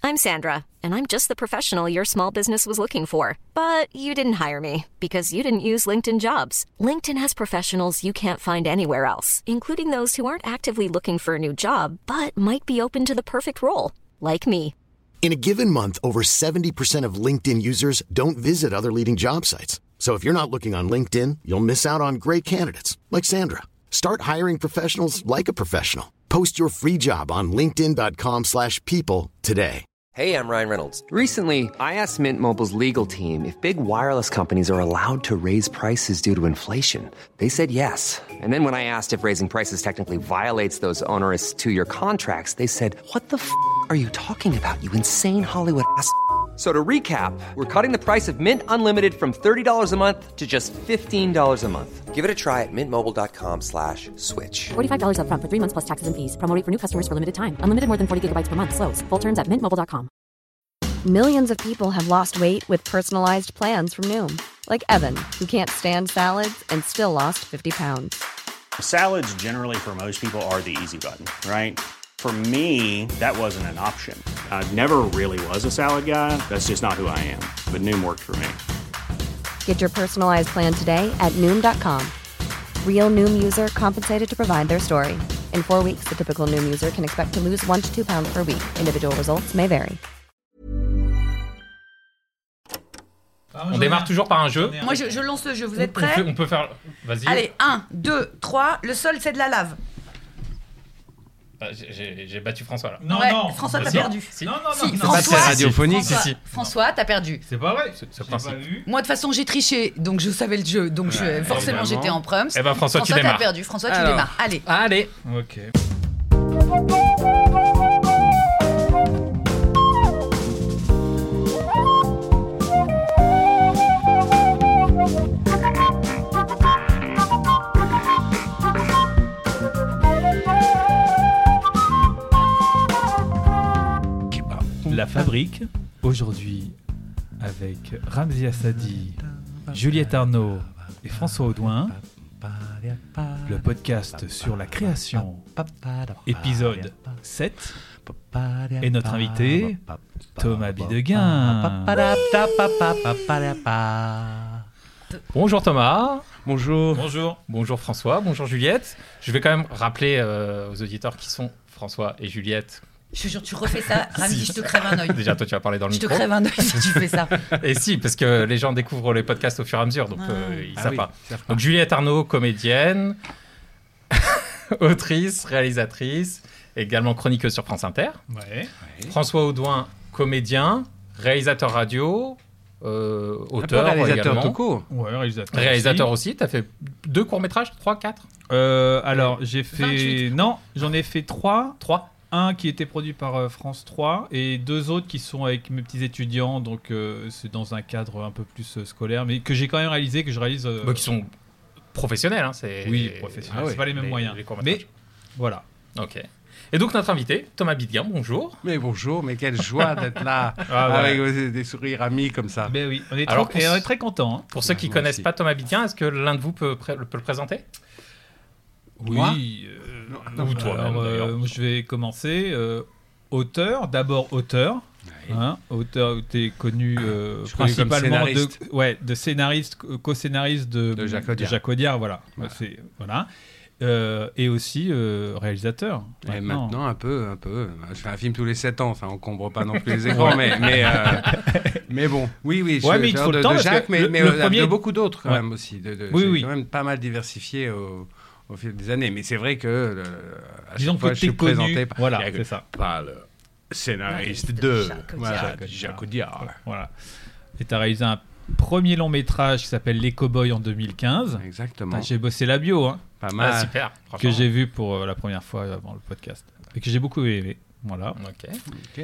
I'm Sandra, and I'm just the professional your small business was looking for. But you didn't hire me because you didn't use LinkedIn Jobs. LinkedIn has professionals you can't find anywhere else, including those who aren't actively looking for a new job, but might be open to the perfect role, like me. In a given month, over 70% of LinkedIn users don't visit other leading job sites. So if you're not looking on LinkedIn, you'll miss out on great candidates like Sandra. Start hiring professionals like a professional. Post your free job on linkedin.com/people today. Hey, I'm Ryan Reynolds. Recently, I asked Mint Mobile's legal team if big wireless companies are allowed to raise prices due to inflation. They said yes. And then when I asked if raising prices technically violates those onerous two-year contracts, they said, "What the f*** are you talking about, you insane Hollywood ass?" So to recap, we're cutting the price of Mint Unlimited from $30 a month to just $15 a month. Give it a try at mintmobile.com/switch. $45 up front for 3 months plus taxes and fees. Promo rate for new customers for limited time. Unlimited more than 40 gigabytes per month. Slows full terms at mintmobile.com. Millions of people have lost weight with personalized plans from Noom. Like Evan, who can't stand salads and still lost 50 pounds. Salads generally for most people are the easy button, right? For me, that wasn't an option. I never really was a salad guy. That's just not who I am. But Noom worked for me. Get your personalized plan today at Noom.com. Real Noom user compensated to provide their story. In 4 weeks, the typical Noom user can expect to lose 1 to 2 pounds per week. Individual results may vary. On démarre toujours par un jeu. Moi, je lance le jeu. Vous êtes prêts ? On peut faire... Vas-y. Allez, 1, 2, 3. Le sol, c'est de la lave. J'ai battu François là. Non, ouais, non. François, t'as perdu. Si. Non, François, c'est radiophonique. François, t'as perdu. C'est pas vrai. C'est pas vu. Moi, de toute façon, j'ai triché, donc je savais le jeu, donc forcément, j'étais en prums. Eh ben, François, tu démarres. T'as perdu. François, tu démarres. Allez. Ok. La Fabrique, aujourd'hui, avec Ramzi Assadi, Juliette Arnaud et François Audouin, le podcast sur la création, épisode 7, et notre invité, Thomas Bidegain. Bonjour Thomas. Bonjour François, bonjour Juliette. Je vais quand même rappeler aux auditeurs qui sont François et Juliette. Je te jure, tu refais ça, Ramzi, je te crève un œil. Déjà, toi, tu vas parler dans le micro. Je te crève un œil si tu fais ça. Et si, parce que les gens découvrent les podcasts au fur et à mesure, donc ils savent pas. Donc, Juliette Arnaud, comédienne, autrice, réalisatrice, également chroniqueuse sur France Inter. Ouais. François Audouin, comédien, réalisateur radio, auteur réalisateur également. Tout court. Ouais, réalisateur aussi. Tu as fait 2 courts-métrages, 3, 4 Alors, j'ai fait... 28. Non, j'en ai fait 3. Un qui était produit par France 3 et 2 autres qui sont avec mes petits étudiants, donc c'est dans un cadre un peu plus scolaire, mais que j'ai quand même réalisé, que je réalise... qui sont professionnels, hein, Oui, professionnels, c'est pas les mêmes moyens. Mais voilà. Ok. Et donc notre invité, Thomas Bidegain, bonjour. Mais bonjour, mais quelle joie d'être là, avec des sourires amis comme ça. Ben oui, on est très contents. Hein. Pour ceux qui ne connaissent pas Thomas Bidegain, est-ce que l'un de vous peut le présenter ? Oui, ou toi. Alors, je vais commencer. D'abord auteur. Oui. Auteur, tu es connu principalement de scénariste, co-scénariste de Jacques Audiard. Voilà. Et aussi réalisateur. Et maintenant, un peu. Je fais un film tous les 7 ans, ça encombre pas non plus les écrans, mais bon. Oui, mais il faut le temps de Jacques, mais de beaucoup d'autres quand même aussi. Quand même pas mal diversifié au fil des années, mais c'est vrai que à chaque fois je suis présenté par le scénariste de Jacques Audiard. Voilà. Et tu as réalisé un premier long métrage qui s'appelle Les Cowboys en 2015. Exactement. J'ai bossé la bio, hein. Pas mal. Super. Que j'ai vu pour la première fois avant le podcast et que j'ai beaucoup aimé. Voilà. Ok.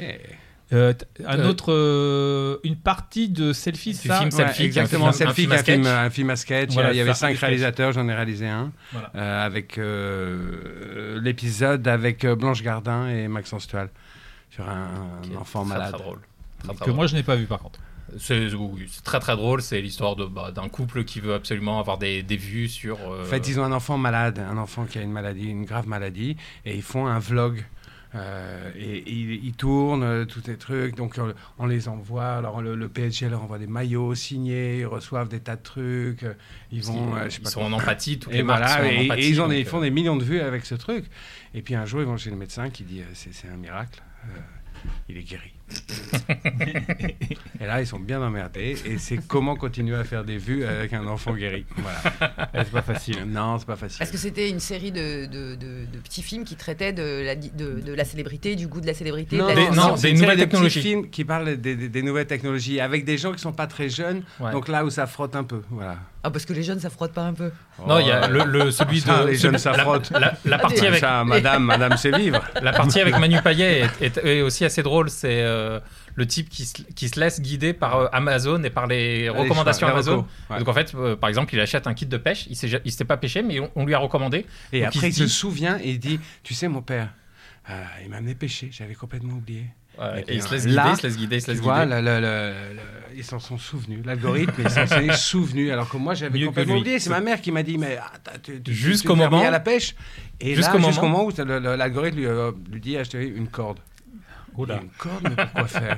Une partie de Selfie, c'est ça, film Selfie, exactement. Selfie, un film à sketch. Voilà, il y avait 5 réalisateurs, j'en ai réalisé un, avec l'épisode avec Blanche Gardin et Maxence Toile sur un enfant malade. Très drôle. Que moi je n'ai pas vu par contre. C'est très très drôle, c'est l'histoire d'un couple qui veut absolument avoir des vues sur... En fait, ils ont un enfant malade, un enfant qui a une grave maladie, et ils font un vlog Et ils tournent tous les trucs, donc on les envoie. Alors le PSG leur envoie des maillots signés, ils reçoivent des tas de trucs. Ils sont en empathie, toutes les marques sont en empathie. Et ils font des millions de vues avec ce truc. Et puis un jour, ils vont chez le médecin qui dit c'est un miracle, il est guéri. Et là, ils sont bien emmerdés. Et c'est comment continuer à faire des vues avec un enfant guéri. Voilà. C'est pas facile. Non, c'est pas facile. Est-ce que c'était une série de petits films qui traitaient de la célébrité, du goût de la célébrité? Non, des nouvelles technologies. Des films qui parlent des nouvelles technologies avec des gens qui sont pas très jeunes. Ouais. Donc là où ça frotte un peu. Voilà. Ah, parce que les jeunes, ça frotte pas un peu. Non, il y a celui de... Les jeunes, ça frotte. La partie avec... Ça, madame sait vivre. La partie avec Manu Payet est aussi assez drôle. C'est le type qui se laisse guider par Amazon et par les recommandations Amazon. Ouais. Donc en fait, par exemple, il achète un kit de pêche. Il sait pas pêcher, mais on lui a recommandé. Et donc après, il se souvient et il dit, tu sais, mon père, il m'a amené pêcher. J'avais complètement oublié. Ouais, et il se laisse guider, tu vois, ils s'en sont souvenus. L'algorithme, il s'en est souvenu. Alors que moi, j'avais complètement oublié. C'est ma mère qui m'a dit, mais jusqu'au moment à la pêche. Et jusqu'au moment où l'algorithme lui dit acheter une corde. Oula. Une corde, mais pourquoi faire?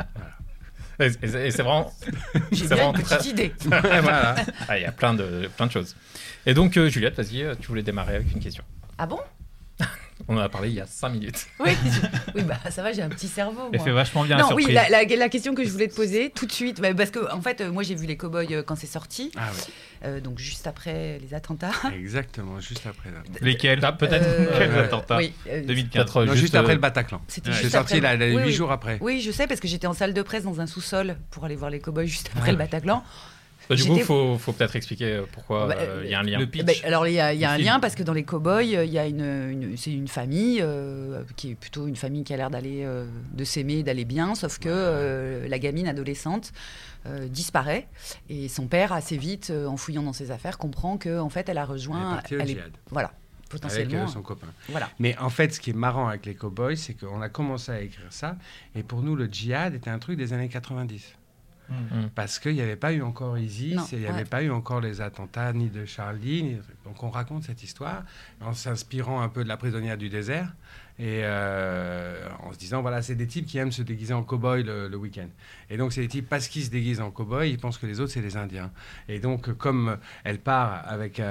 Voilà. Et c'est vraiment... J'ai bien une petite idée. Voilà. Il y a plein de choses. Et donc, Juliette, vas-y, tu voulais démarrer avec une question. Ah bon? On en a parlé il y a 5 minutes. Oui, bah ça va, j'ai un petit cerveau. Elle fait vachement bien la surprise. Oui, la question que je voulais te poser tout de suite, parce que en fait, moi j'ai vu les Cowboys quand c'est sorti, donc juste après les attentats. Exactement, juste après. Lesquels? Peut-être quels attentats? Oui, 2004. Non, juste après le Bataclan. C'était c'est sorti 8 jours après. Oui, je sais, parce que j'étais en salle de presse dans un sous-sol pour aller voir les Cowboys juste après le Bataclan. Du coup, il faut peut-être expliquer pourquoi il y a un lien. Le pitch. Alors, il y a un lien parce que dans les Cowboys, il y a c'est une famille qui est plutôt une famille qui a l'air de s'aimer, d'aller bien, sauf que la gamine adolescente disparaît et son père, assez vite, en fouillant dans ses affaires, comprend qu'en fait, elle a rejoint... Voilà. Potentiellement. Avec son copain. Voilà. Mais en fait, ce qui est marrant avec les Cowboys, c'est qu'on a commencé à écrire ça, et pour nous, le djihad était un truc des années 90. Parce qu'il n'y avait pas eu encore ISIS, il n'y avait pas eu encore les attentats ni de Charlie. Donc on raconte cette histoire en s'inspirant un peu de la prisonnière du désert et en se disant, voilà, c'est des types qui aiment se déguiser en cow-boy le week-end. Et donc c'est des types, parce qu'ils se déguisent en cow-boy, ils pensent que les autres, c'est les Indiens. Et donc comme elle part avec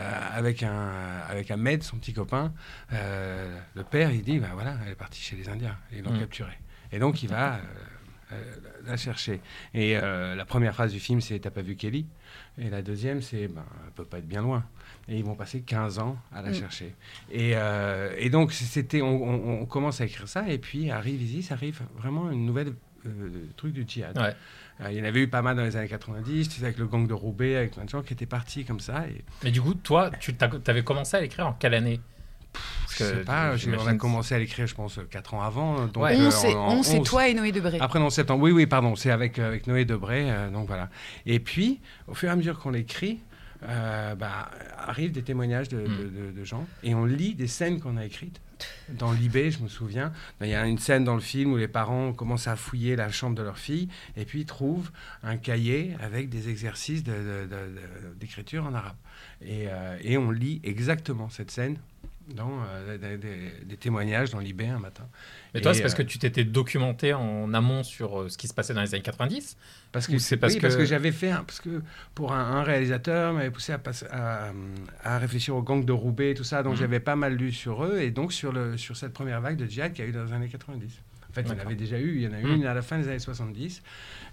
Ahmed, son petit copain, le père, il dit, voilà, elle est partie chez les Indiens. Et ils l'ont capturée. Et donc il va... la chercher. Et la première phrase du film, c'est « T'as pas vu Kelly ?» Et la deuxième, c'est « Elle peut pas être bien loin. » Et ils vont passer 15 ans à la chercher. Et donc, on commence à écrire ça, et puis arrive ISIS, arrive vraiment une nouvelle truc du djihad. Ouais. Il y en avait eu pas mal dans les années 90, tu sais, avec le gang de Roubaix, avec plein de gens qui étaient partis comme ça. Mais du coup, toi, tu avais commencé à l'écrire en quelle année? Je sais pas, on a commencé à l'écrire, je pense, 4 ans avant. Donc, c'est toi et Noé Debré. Après, non, 7 ans. Oui, pardon, c'est avec Noé Debré. Donc voilà. Et puis, au fur et à mesure qu'on l'écrit, arrivent des témoignages de gens et on lit des scènes qu'on a écrites. Dans Libé, je me souviens, il y a une scène dans le film où les parents commencent à fouiller la chambre de leur fille et puis ils trouvent un cahier avec des exercices d'écriture en arabe. Et on lit exactement cette scène dans des témoignages dans Libé un matin. Mais toi, c'est parce que tu t'étais documenté en amont sur ce qui se passait dans les années 90 parce que j'avais fait parce que pour un réalisateur m'avait poussé à réfléchir aux gangs de Roubaix et tout ça, donc j'avais pas mal lu sur eux et donc sur cette première vague de djihad qu'il y a eu dans les années 90. En fait, il y en avait déjà eu, il y en a eu une à la fin des années 70,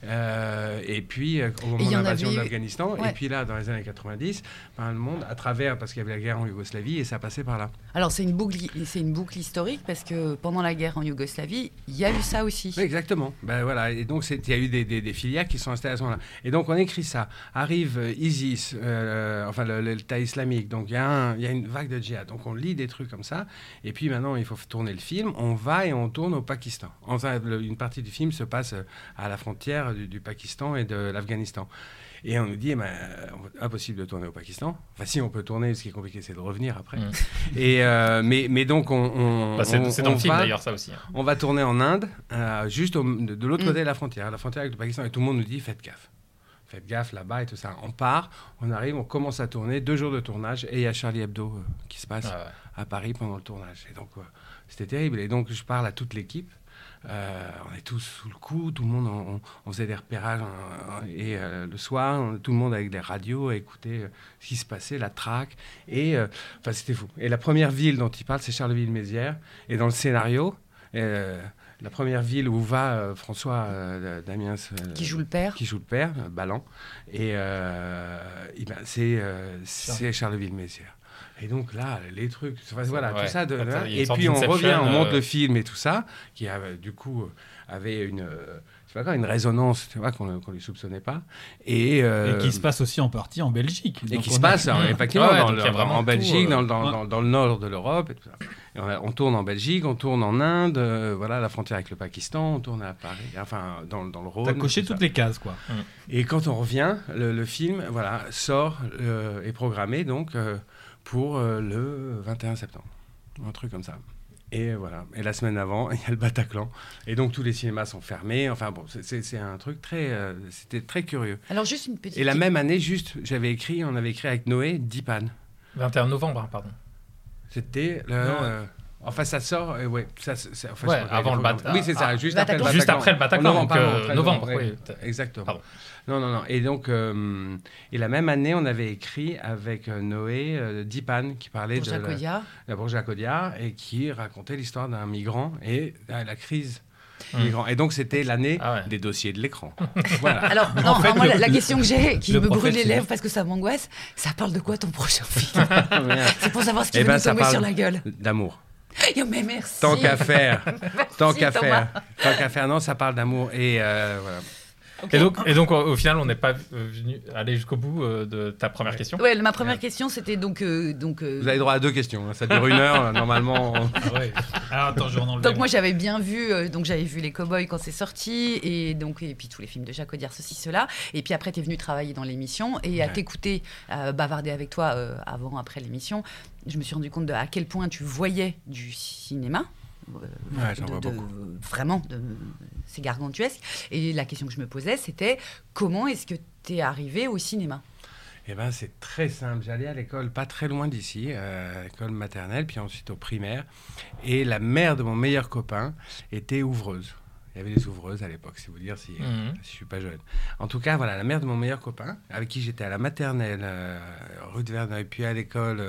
et puis au moment de l'invasion de l'Afghanistan, et puis là, dans les années 90, le monde, à travers, parce qu'il y avait la guerre en Yougoslavie, et ça passait par là. Alors, c'est une boucle historique, parce que pendant la guerre en Yougoslavie, il y a eu ça aussi. Oui, exactement. Voilà. Et donc, il y a eu des filières qui sont installées à ce moment-là. Et donc, on écrit ça. Arrive ISIS, l'État islamique, donc il y a une vague de djihad. Donc, on lit des trucs comme ça, et puis maintenant, il faut tourner le film. On va et on tourne au Pakistan. Enfin, une partie du film se passe à la frontière du Pakistan et de l'Afghanistan. Et on nous dit, impossible de tourner au Pakistan. Enfin, si on peut tourner, ce qui est compliqué, c'est de revenir après. Mais donc, c'est dans le film d'ailleurs, ça aussi. On va tourner en Inde, juste de l'autre côté de la frontière avec le Pakistan. Et tout le monde nous dit, faites gaffe. faites gaffe là-bas et tout ça. On part, on arrive, on commence à tourner, 2 jours de tournage, et il y a Charlie Hebdo qui se passe à Paris pendant le tournage. Et donc, c'était terrible. Et donc, je parle à toute l'équipe. On est tous sous le coup, tout le monde, on faisait des repérages et le soir, tout le monde avec des radios à écouter ce qui se passait, la traque, et c'était fou. Et la première ville dont il parle, c'est Charleville-Mézières, et dans le scénario, la première ville où va François Damiens, qui joue le père, Ballan, et c'est Charleville-Mézières. Et donc là, les trucs, voilà, tout ça. Et puis on revient, on monte le film et tout ça, qui du coup avait une résonance, tu vois, qu'on ne lui soupçonnait pas. Et qui se passe aussi en partie en Belgique. Et qui se passe effectivement en Belgique, dans le nord de l'Europe et tout ça. Et on tourne en Belgique, on tourne en Inde, la frontière avec le Pakistan, on tourne à Paris, enfin dans le Rhône. T'as coché toutes les cases, quoi. Et quand on revient, le film sort, est programmé donc pour le 21 septembre, un truc comme ça. Et voilà. Et la semaine avant, il y a le Bataclan. Et donc, tous les cinémas sont fermés. Enfin bon, c'est un truc c'était très curieux. Alors, juste une petite... Et la même année, on avait écrit avec Noé, Dipan. 21 novembre, pardon. C'était... Enfin, ça sort... avant le Bataclan. Oui, c'est ça, juste après le Bataclan. Juste après le Bataclan, donc novembre. Oui, exactement. Pardon. Non. Et donc, et la même année, on avait écrit avec Noé Dipan, qui parlait de Bourjak Audiard, et qui racontait l'histoire d'un migrant et la crise migrant. Et donc, c'était l'année des dossiers de l'écran. Voilà. Alors, moi, la question que j'ai, qui me brûle les lèvres parce que ça m'angoisse, ça parle de quoi ton prochain film? C'est pour savoir ce qui va nous tomber sur la gueule. D'amour. Mais merci. Tant qu'à faire, non, ça parle d'amour. Et voilà. Okay. Et donc, au final, on n'est pas venu aller jusqu'au bout de ta première question. Ouais, ma première question, c'était donc. Vous avez droit à 2 questions. Ça dure 1 heure, normalement. Alors, attends, je rentre. Donc, moi, j'avais bien vu. J'avais vu Les Cowboys quand c'est sorti. Et puis, tous les films de Jacques Audiard, ceci, cela. Et puis, après, tu es venu travailler dans l'émission. Et à t'écouter, bavarder avec toi avant, après l'émission, je me suis rendu compte à quel point tu voyais du cinéma. Vraiment, c'est gargantuesque. Et la question que je me posais, c'était comment est-ce que tu es arrivé au cinéma? C'est très simple. J'allais à l'école pas très loin d'ici, école maternelle, puis ensuite au primaire. Et la mère de mon meilleur copain était ouvreuse. Il y avait des ouvreuses à l'époque, c'est vous dire si je suis pas jeune. En tout cas, voilà, la mère de mon meilleur copain, avec qui j'étais à la maternelle, rue de Verneuil, puis à l'école,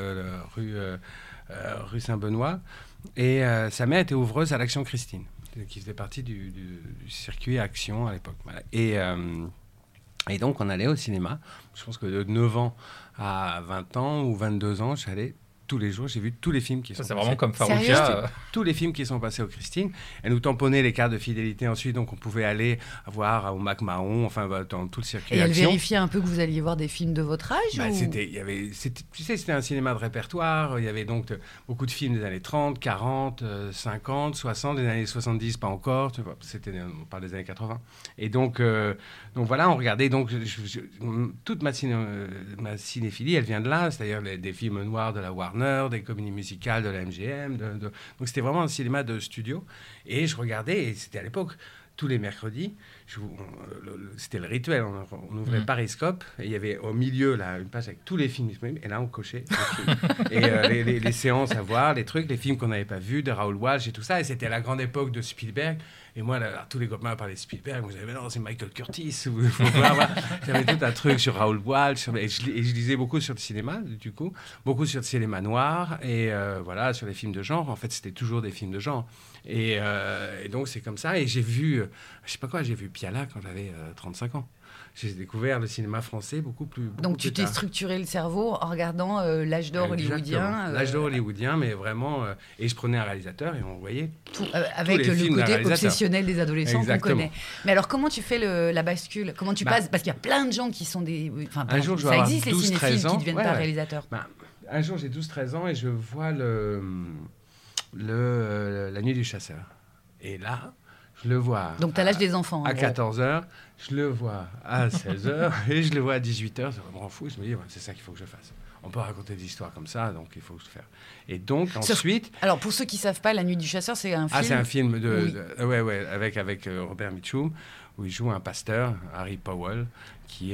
rue Saint-Benoît. Et sa mère était ouvreuse à l'Action Christine, qui faisait partie du circuit Action à l'époque. Voilà. Et donc, on allait au cinéma. Je pense que de 9 ans à 20 ans ou 22 ans, j'allais tous les jours, j'ai vu tous les films qui sont passés. C'est vraiment comme Faroukia. Tous les films qui sont passés au Christine. Elle nous tamponnait les cartes de fidélité ensuite, donc on pouvait aller voir au Mac Mahon, dans tout le circuit Et Action. Elle vérifiait un peu que vous alliez voir des films de votre âge C'était un cinéma de répertoire. Il y avait donc beaucoup de films des années 30, 40, 50, 60, des années 70, pas encore. On parle des années 80. Et donc voilà, on regardait. Donc, toute ma cinéphilie, elle vient de là. C'est-à-dire des films noirs de la Warner, des comédies musicales de la MGM. Donc c'était vraiment un cinéma de studio. Et je regardais, et c'était à l'époque, tous les mercredis, c'était le rituel. On ouvrait Pariscope, et il y avait au milieu une page avec tous les films disponibles, et là on cochait les films. Et les séances à voir, les films qu'on n'avait pas vus, de Raoul Walsh et tout ça. Et c'était la grande époque de Spielberg. Et moi, tous les copains parlaient de Spielberg. Vous savez, non, c'est Michael Curtis. J'avais tout un truc sur Raoul Walsh. Et je lisais beaucoup sur le cinéma, du coup. Beaucoup sur le cinéma noir. Et sur les films de genre. En fait, c'était toujours des films de genre. Et donc, c'est comme ça. Et j'ai vu, j'ai vu Piala quand j'avais 35 ans. J'ai découvert le cinéma français beaucoup plus Donc tu t'es structuré le cerveau en regardant l'âge d'or hollywoodien. L'âge d'or hollywoodien, mais vraiment... et je prenais un réalisateur et on voyait avec tous les le côté obsessionnel des adolescents qu'on connaît. Mais alors comment tu fais la bascule? Comment tu passes? Parce qu'il y a plein de gens qui sont des... un jour, ça existe les cinéphiles qui deviennent pas réalisateurs. Un jour, j'ai 12-13 ans et je vois La Nuit du Chasseur. Et là... Je le vois. Donc, tu as l'âge des enfants. À 14h, je le vois à 16h et je le vois à 18h. C'est vraiment fou. Je me dis, c'est ça qu'il faut que je fasse. on peut raconter des histoires comme ça, donc il faut le faire. Et donc ensuite... Alors pour ceux qui ne savent pas, La Nuit du Chasseur, c'est un film... Ah, c'est un film avec Robert Mitchum, où il joue un pasteur, Harry Powell, qui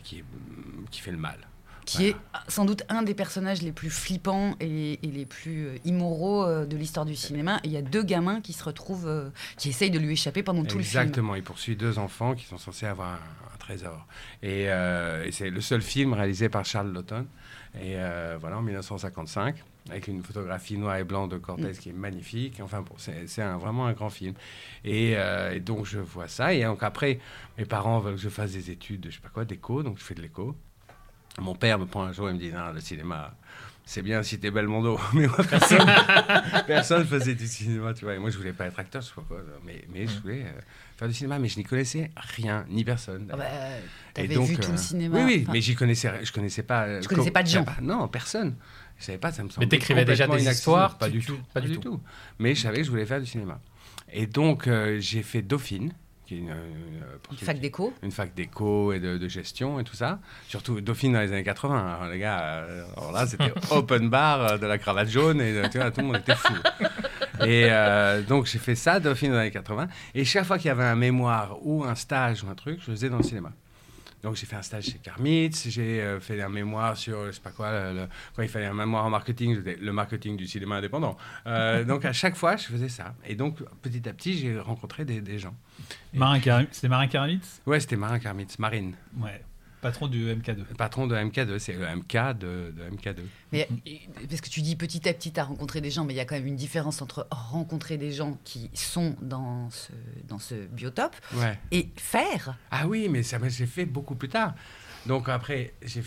fait le mal. Qui est sans doute un des personnages les plus flippants et les plus immoraux de l'histoire du cinéma. Et il y a 2 gamins qui se retrouvent, qui essayent de lui échapper pendant tout le film. Exactement, il poursuit 2 enfants qui sont censés avoir un trésor. Et c'est le seul film réalisé par Charles Laughton. Et en 1955, avec une photographie noir et blanc de Cortez qui est magnifique. Enfin bon, c'est vraiment un grand film. Et donc je vois ça. Et donc après, mes parents veulent que je fasse des études de, je sais pas quoi, d'éco. Donc je fais de l'éco. Mon père me prend un jour et me dit « Non, le cinéma, c'est bien si t'es Belmondo. » Mais moi, personne faisait du cinéma, tu vois. Et moi, je voulais pas être acteur, je sais pas quoi. Mais je voulais faire du cinéma. Mais je n'y connaissais rien, ni personne. T'avais vu tout le cinéma. Oui, mais je connaissais pas... Tu connaissais pas de gens. Non, personne. Je savais pas, ça me semblait. Mais t'écrivais déjà des histoires? Pas du tout. Mais je savais que je voulais faire du cinéma. Et donc, j'ai fait Dauphine, qui est une fac d'éco. Une fac d'éco et de gestion et tout ça. Surtout Dauphine dans les années 80. Alors, les gars, alors là, c'était open bar, de la cravate jaune, et tu vois, tout le monde était fou. Et donc, j'ai fait ça, Dauphine dans les années 80. Et chaque fois qu'il y avait un mémoire ou un stage ou un truc, je le faisais dans le cinéma. Donc, j'ai fait un stage chez Karmitz, j'ai fait un mémoire sur, je sais pas quoi, quand il fallait un mémoire en marketing, le marketing du cinéma indépendant. Donc, à chaque fois, je faisais ça. Et donc, petit à petit, j'ai rencontré des gens. C'était Marin Karmitz? Ouais, c'était Marin Karmitz, Marine. Ouais. Patron du MK2. Patron de MK2, c'est le MK de MK2. Mais, parce que tu dis petit à petit, tu as rencontré des gens, mais il y a quand même une différence entre rencontrer des gens qui sont dans ce biotope et faire. Ah oui, mais ça j'ai fait beaucoup plus tard. Donc après, j'ai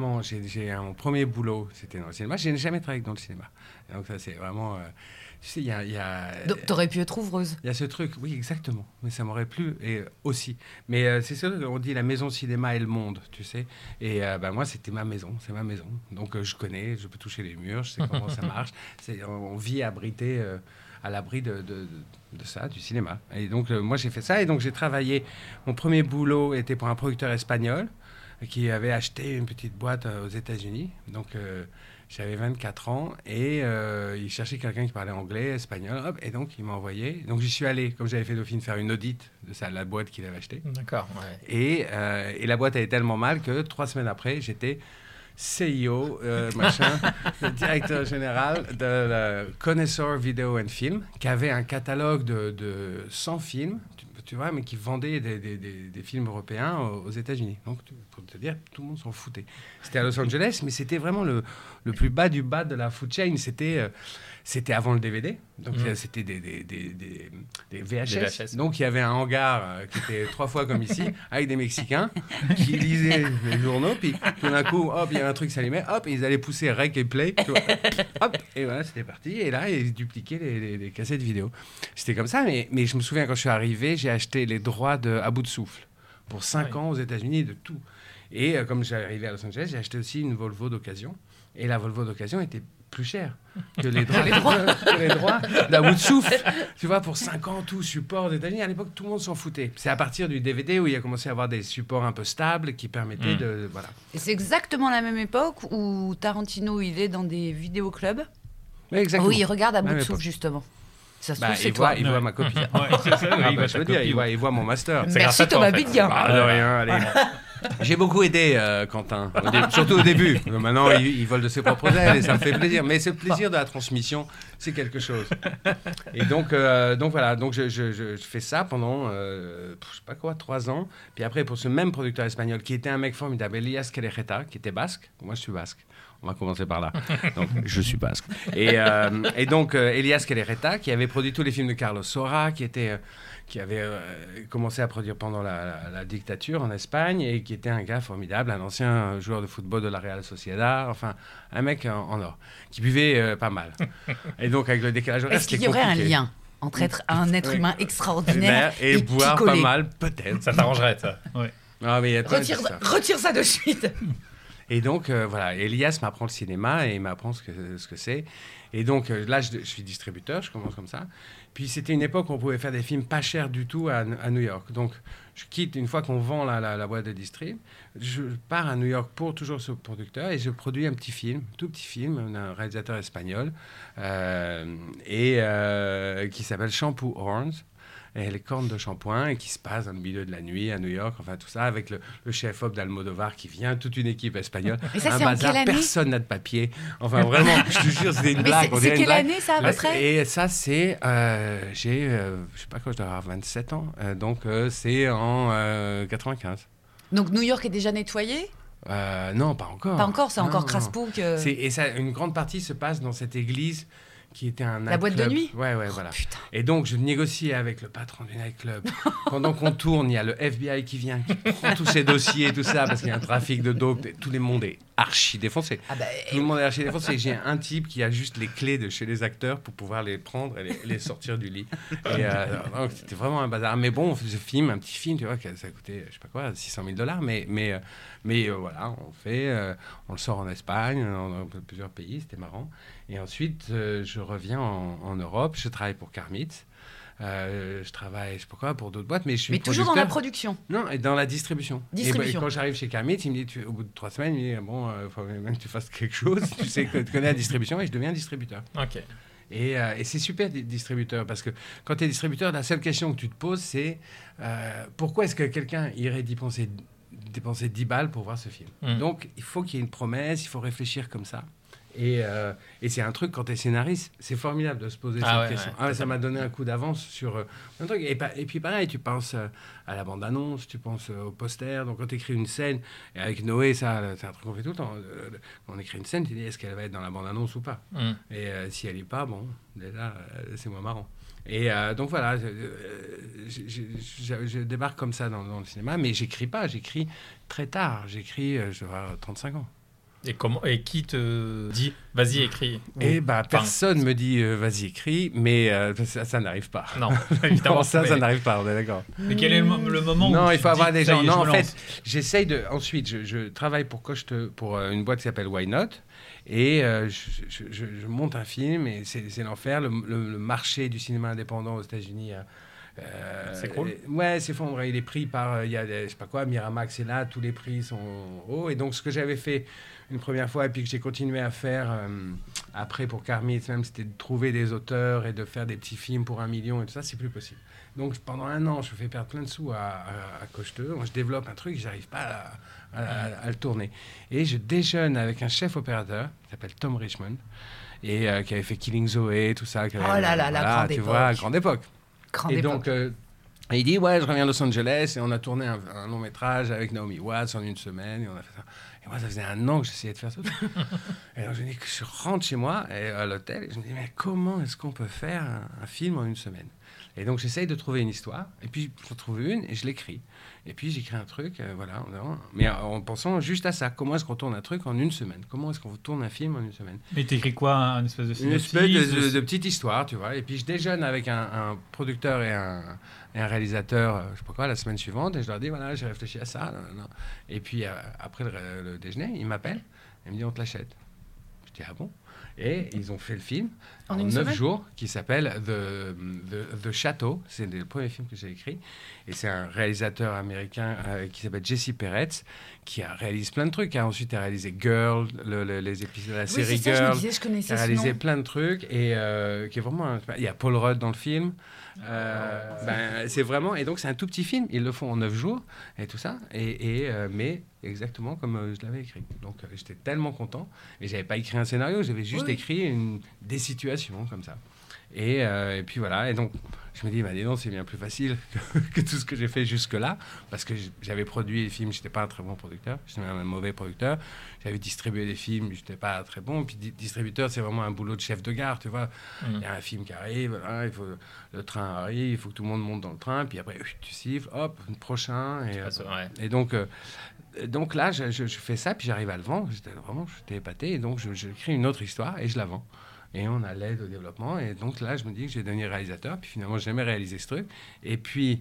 mon premier boulot, c'était dans le cinéma. Je n'ai jamais travaillé dans le cinéma. Donc ça, c'est vraiment... tu sais, il y a... Donc, t'aurais pu être ouvreuse. Il y a ce truc, oui, exactement. Mais ça m'aurait plu, et aussi. Mais c'est sûr qu'on dit la maison cinéma et le monde, tu sais. Et moi, c'était ma maison, c'est ma maison. Donc, je connais, je peux toucher les murs, je sais comment ça marche. On vit abrité... à l'abri de ça, du cinéma. Et donc, moi, j'ai fait ça. Et donc, j'ai travaillé... Mon premier boulot était pour un producteur espagnol qui avait acheté une petite boîte aux États-Unis. Donc, j'avais 24 ans et il cherchait quelqu'un qui parlait anglais, espagnol. Hop, et donc, il m'a envoyé. Donc, j'y suis allé, comme j'avais fait Dauphine, faire une audit de la boîte qu'il avait achetée. D'accord, ouais. Et la boîte allait tellement mal que 3 semaines après, j'étais... CEO, le directeur général de Connoisseur Vidéo and Film, qui avait un catalogue de 100 films, tu vois, mais qui vendait des films européens aux États-Unis. Donc, pour te dire, tout le monde s'en foutait. C'était à Los Angeles, mais c'était vraiment le plus bas du bas de la food chain. C'était avant le DVD, donc c'était des VHS. Donc il y avait un hangar qui était 3 fois comme ici, avec des Mexicains qui lisaient les journaux, puis tout d'un coup, hop, il y a un truc qui s'allumait, hop, et ils allaient pousser rec et play, tu vois, hop, et voilà, c'était parti. Et là, ils dupliquaient les cassettes vidéo. C'était comme ça, mais je me souviens quand je suis arrivé, j'ai acheté les droits de À bout de souffle pour 5 ans aux États-Unis, de tout. Et comme j'ai arrivé à Los Angeles, j'ai acheté aussi une Volvo d'occasion. Et la Volvo d'occasion était plus cher que les droits d'À bout de souffle. Tu vois, pour 5 ans, tout support aux États-Unis. À l'époque, tout le monde s'en foutait. C'est à partir du DVD où il a commencé à avoir des supports un peu stables qui permettaient de... Voilà. Et c'est exactement la même époque où Tarantino, il est dans des vidéoclubs. Oui, exactement. Oui, il regarde À bout de souffle, justement. Ça se trouve, c'est toi. Il voit ma copie. Il voit mon master. Merci Thomas Bidguin. De rien, allez. J'ai beaucoup aidé Quentin, surtout au début. Maintenant, il vole de ses propres ailes et ça me fait plaisir. Mais ce plaisir de la transmission, c'est quelque chose. Et donc voilà, donc je fais ça pendant, je sais pas quoi, 3 ans. Puis après, pour ce même producteur espagnol, qui était un mec formidable, Elias Calejeta, qui était basque. Moi, je suis basque. On va commencer par là. Donc, je suis basque. Et donc, Elias Calejeta, qui avait produit tous les films de Carlos Saura, qui avait commencé à produire pendant la dictature en Espagne et qui était un gars formidable, un ancien joueur de football de la Real Sociedad, enfin, un mec en or, qui buvait pas mal. Et donc, avec le décalage horaire, c'était compliqué. Est-ce qu'il y aurait un lien entre être un être humain extraordinaire et boire pas mal, peut-être. Ça t'arrangerait, ça. Oui. Ah, mais retire ça de suite. Et donc, voilà, Elias m'apprend le cinéma et il m'apprend ce que c'est. Et donc, là, je suis distributeur, je commence comme ça. Puis c'était une époque où on pouvait faire des films pas chers du tout à New York. Donc je quitte, une fois qu'on vend la boîte de distrib, je pars à New York pour toujours ce producteur et je produis un petit film, tout petit film, un réalisateur espagnol qui s'appelle Shampoo Horns. Et les cornes de shampoing et qui se passe dans le milieu de la nuit à New York, enfin tout ça, avec le chef-op d'Almodovar qui vient, toute une équipe espagnole. Mais ça, un bazar, personne n'a de papier. Enfin vraiment, je te jure, c'était une blague. C'est quelle année ça, à peu près ? Et ça, c'est, je sais pas quoi, je dois avoir 27 ans, donc c'est en 95. Donc New York est déjà nettoyé ? Non, pas encore. Pas encore, c'est encore Crasspook. Et ça, une grande partie se passe dans cette église qui était un la boîte de nuit. Ouais, voilà. Putain. Et donc, je négocie avec le patron du nightclub. Pendant qu'on tourne, il y a le FBI qui vient, qui prend tous ces dossiers et tout ça, parce qu'il y a un trafic de dope. Tout le monde est archi défoncé. Tout le monde est archi défoncé. J'ai un type qui a juste les clés de chez les acteurs pour pouvoir les prendre et les sortir du lit. Et donc, c'était vraiment un bazar. Mais bon, je filme un petit film, tu vois, ça coûtait, je sais pas quoi, $600,000. Mais voilà, on le sort en Espagne, dans plusieurs pays, c'était marrant. Et ensuite, je reviens en Europe, je travaille pour Carmit, je travaille, je sais pas quoi, pour d'autres boîtes, mais je suis toujours dans la production. Non, et dans la distribution. Et quand j'arrive chez Carmit, il me dit, au bout de 3 semaines, il me dit, bon, il faut même que tu fasses quelque chose, tu sais que tu connais la distribution, et je deviens distributeur. Ok. Et c'est super distributeur, parce que quand tu es distributeur, la seule question que tu te poses, c'est pourquoi est-ce que quelqu'un irait dépenser 10 balles pour voir ce film. Donc, il faut qu'il y ait une promesse, il faut réfléchir comme ça. Et c'est un truc, quand tu es scénariste, c'est formidable de se poser cette question. Ça m'a donné un coup d'avance sur un truc. Et puis pareil, tu penses à la bande-annonce, tu penses au poster. Donc quand tu écris une scène, et avec Noé, ça, c'est un truc qu'on fait tout le temps. On écrit une scène, tu dis, est-ce qu'elle va être dans la bande-annonce ou pas ? Et si elle n'est pas, bon, déjà, c'est moins marrant. Et donc voilà, je débarque comme ça dans le cinéma, mais j'écris pas, j'écris très tard. J'écris, je vais avoir 35 ans. Et qui te dit vas-y écris? Personne me dit vas-y écris, mais ça n'arrive pas. Non, évidemment. ça n'arrive pas, on est d'accord. Mais quel est le moment où il faut avoir des gens. Non, en fait, j'essaye de. Ensuite, je travaille pour une boîte qui s'appelle Why Not, et je monte un film, et c'est l'enfer. Le marché du cinéma indépendant aux États-Unis. C'est cool. Ouais, s'effondre. Il est pris par, je sais pas quoi, Miramax est là, tous les prix sont hauts. Et donc, ce que j'avais fait une première fois et puis que j'ai continué à faire après pour Carmit, même, c'était de trouver des auteurs et de faire des petits films pour 1 million et tout ça, c'est plus possible. Donc, pendant 1 an, je fais perdre plein de sous à Cocheteux. Je développe un truc, j'arrive pas à le tourner. Et je déjeune avec un chef opérateur qui s'appelle Tom Richmond et qui avait fait Killing Zoe, tout ça. La grande époque. Tu vois, grande époque. Donc, il dit, je reviens à Los Angeles et on a tourné un long métrage avec Naomi Watts en 1 semaine et on a fait ça. Et moi, ça faisait 1 an que j'essayais de faire ça. Et donc, je rentre chez moi à l'hôtel et je me dis, mais comment est-ce qu'on peut faire un film en 1 semaine ? Et donc, j'essaye de trouver une histoire et puis je trouve une et je l'écris. Et puis, j'écris un truc, mais en pensant juste à ça. Comment est-ce qu'on tourne un truc en 1 semaine ? Comment est-ce qu'on tourne un film en 1 semaine ? Mais t'écris quoi ? Une espèce de synopsis ? Une espèce de petite histoire, tu vois. Et puis, je déjeune avec un producteur et un réalisateur, je sais pas quoi, la semaine suivante. Et je leur dis, voilà, j'ai réfléchi à ça. Et puis, après le déjeuner, ils m'appellent. Ils me disent, on te l'achète. Je dis, ah bon ? Et ils ont fait le film en 9 jours, qui s'appelle The Chateau. C'est le premier film que j'ai écrit. Et c'est un réalisateur américain qui s'appelle Jesse Peretz, qui a réalisé plein de trucs. Ensuite, il a réalisé Girl, les épisodes de la série Girl. Je connaissais il a réalisé plein de trucs. Et qui est vraiment... Il y a Paul Rudd dans le film. C'est vraiment... Et donc, c'est un tout petit film. Ils le font en 9 jours et tout ça. Mais exactement comme je l'avais écrit. Donc, j'étais tellement content. Et je n'avais pas écrit un scénario. J'avais juste écrit des situations comme ça. Et puis voilà, et donc je me dis, dis donc, c'est bien plus facile que tout ce que j'ai fait jusque-là, parce que j'avais produit des films, je n'étais pas un très bon producteur, j'étais même un mauvais producteur, j'avais distribué des films, je n'étais pas très bon, puis distributeur, c'est vraiment un boulot de chef de gare, tu vois, il y a un film qui arrive, il faut, le train arrive, il faut que tout le monde monte dans le train, puis après, tu siffles, hop, prochain, et donc là, je fais ça, puis j'arrive à le vendre, j'étais épaté, et donc je crée une autre histoire, et je la vends. Et on a l'aide au développement. Et donc là, je me dis que je vais devenir réalisateur. Puis finalement, je n'ai jamais réalisé ce truc. Et puis,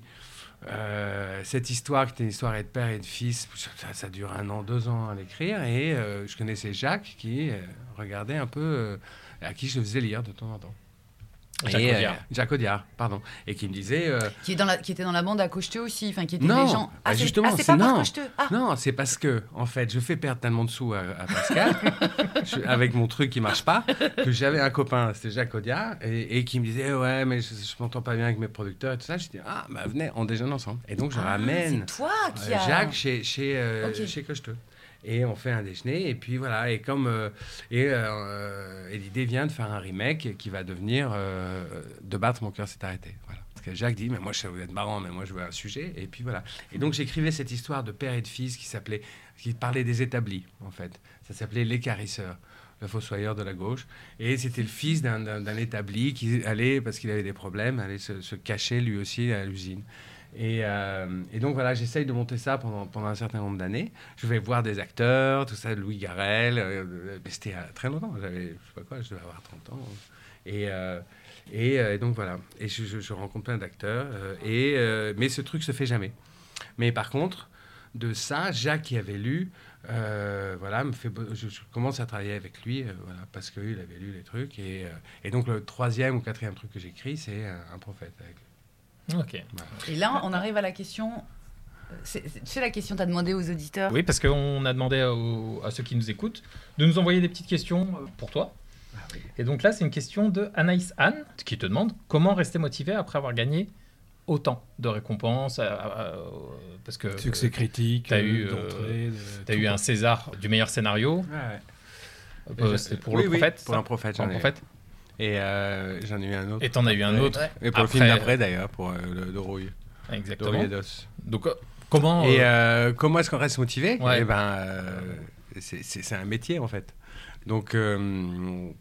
cette histoire, qui était une histoire de père et de fils, ça dure 1 an, 2 ans à l'écrire. Et je connaissais Jacques, qui regardait un peu, à qui je faisais lire de temps en temps. Jacques Audiard, pardon, et qui me disait qui était dans la bande à Cocheteux aussi, enfin qui était non, des gens. Justement, c'est pas par Cocheteux. Non, c'est parce que en fait, je fais perdre tellement de sous à Pascal avec mon truc qui marche pas que j'avais un copain, c'était Jacques Audiard, et qui me disait ouais, mais je m'entends pas bien avec mes producteurs et tout ça. Je dis venez, on déjeune ensemble. Et donc je ramène c'est toi qui a... Jacques chez Cocheteux. Et on fait un déjeuner, et puis voilà, et l'idée vient de faire un remake qui va devenir De battre, mon cœur s'est arrêté. Voilà. Parce que Jacques dit, mais moi, vous êtes marrant, mais moi, je veux un sujet, et puis voilà. Et donc, j'écrivais cette histoire de père et de fils qui parlait des établis, en fait. Ça s'appelait Les Carisseurs, le fossoyeur de la gauche. Et c'était le fils d'un établi qui allait, parce qu'il avait des problèmes, allait se cacher lui aussi à l'usine. Et donc voilà, j'essaye de monter ça pendant un certain nombre d'années. Je vais voir des acteurs, tout ça, Louis Garrel, mais c'était il y a très longtemps, je devais avoir 30 ans. Et donc voilà, et je rencontre plein d'acteurs, mais ce truc se fait jamais. Mais par contre, de ça, Jacques qui avait lu, je commence à travailler avec lui, parce qu'il avait lu les trucs. Et donc le 3e ou 4e truc que j'écris, c'est Un prophète avec lui. Ok. Voilà. Et là, on arrive à la question. C'est la question que tu as demandé aux auditeurs. Oui, parce qu'on a demandé à ceux qui nous écoutent de nous envoyer des petites questions pour toi. Oui. Et donc là, c'est une question de Anaïs Anne qui te demande comment rester motivé après avoir gagné autant de récompenses parce que succès critique, tu as eu un César du meilleur scénario. C'était pour Le Prophète. Pour Un prophète, j'en ai eu. Et j'en ai eu un autre. Et t'en as eu un autre. Et pour le film d'après, d'ailleurs, pour le Rouille. Exactement. De Rouille et d'os. Donc, comment... comment est-ce qu'on reste motivé ? Ouais. C'est un métier, en fait. Donc, on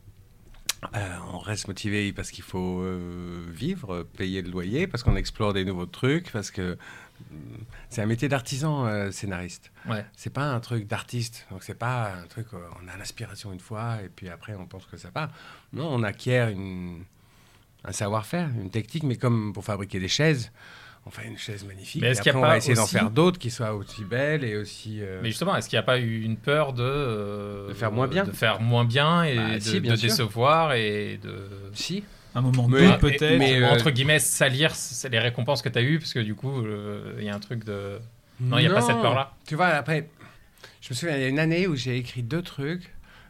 reste motivé parce qu'il faut vivre, payer le loyer, parce qu'on explore des nouveaux trucs, parce que c'est un métier d'artisan scénariste. Ouais. C'est pas un truc d'artiste. Donc c'est pas un truc on a l'inspiration une fois et puis après on pense que ça part. Non, on acquiert un savoir-faire, une technique, mais comme pour fabriquer des chaises, on fait une chaise magnifique. Mais après on va essayer d'en faire d'autres qui soient aussi belles et aussi. Mais justement, est-ce qu'il n'y a pas eu une peur de faire moins bien, de faire moins bien et de décevoir et de. Si. Un moment donné, peut-être. Mais entre guillemets, salir les récompenses que tu as eues, parce que du coup, il y a un truc de. Non, il n'y a pas cette peur-là. Tu vois, après, je me souviens, il y a une année où j'ai écrit 2 trucs.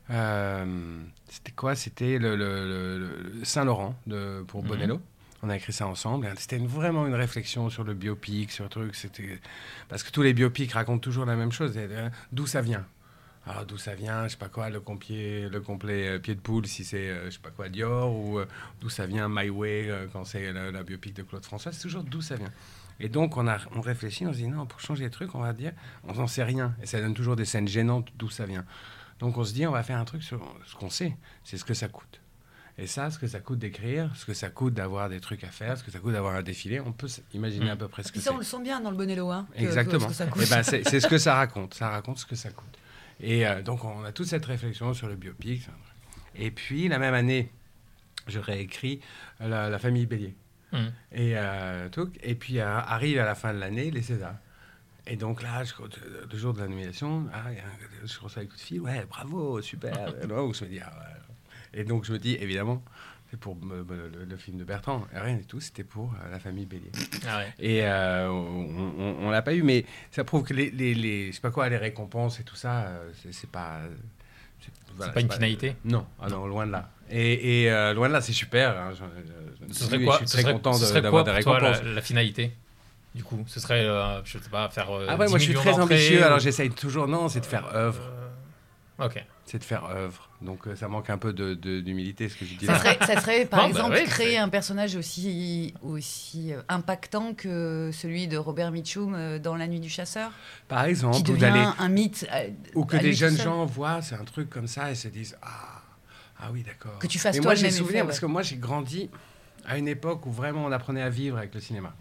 C'était quoi ? C'était le Saint-Laurent pour Bonello. On a écrit ça ensemble. C'était vraiment une réflexion sur le biopic, sur le truc. Parce que tous les biopics racontent toujours la même chose. D'où ça vient ? Alors, d'où ça vient, je sais pas quoi, le complet pied de poule, si c'est, je sais pas quoi, Dior, ou d'où ça vient, My Way, quand c'est la biopic de Claude François, c'est toujours d'où ça vient. Et donc, on réfléchit, on se dit, non, pour changer les trucs, on va dire, on n'en sait rien. Et ça donne toujours des scènes gênantes d'où ça vient. Donc, on se dit, on va faire un truc sur ce qu'on sait, c'est ce que ça coûte. Et ça, ce que ça coûte d'écrire, ce que ça coûte d'avoir des trucs à faire, ce que ça coûte d'avoir un défilé, on peut imaginer à peu près ce que c'est. Ça, on le sent bien dans le Bonello, hein. Exactement. Que ça coûte. Et c'est ce que ça raconte. Ça raconte ce que ça coûte. Et donc, on a toute cette réflexion sur le biopic. Et puis, la même année, je réécris la famille Bélier. Et puis, arrive à la fin de l'année, les Césars. Et donc là, le jour de la nomination, je reçois un coup de fil. Ouais, bravo, super. Où je me dis, Et donc, je me dis, évidemment, c'est pour le film de Bertrand. Rien du tout, c'était pour la famille Bélier. Ah ouais. Et on l'a pas eu, mais ça prouve que je sais pas quoi, les récompenses et tout ça, c'est pas... C'est pas une finalité. Non, non, loin de là. Et loin de là, c'est super. Hein, ce serait quoi ? Je suis très content d'avoir des récompenses. Toi, la finalité du coup, ce serait, je sais pas, faire. Moi, je suis très ambitieux, alors j'essaye toujours. Non, c'est de faire œuvre. Ok. C'est de faire œuvre. Donc, ça manque un peu d'humilité, ce que je dis. Ça serait par exemple, créer un personnage aussi impactant que celui de Robert Mitchum dans La Nuit du Chasseur. Par exemple. Qui devient un mythe. Ou que des jeunes gens voient, c'est un truc comme ça, et se disent Ah oui, d'accord. Que tu fasses toi le même effet. Moi, j'ai souvenir, parce que moi, j'ai grandi à une époque où vraiment on apprenait à vivre avec le cinéma.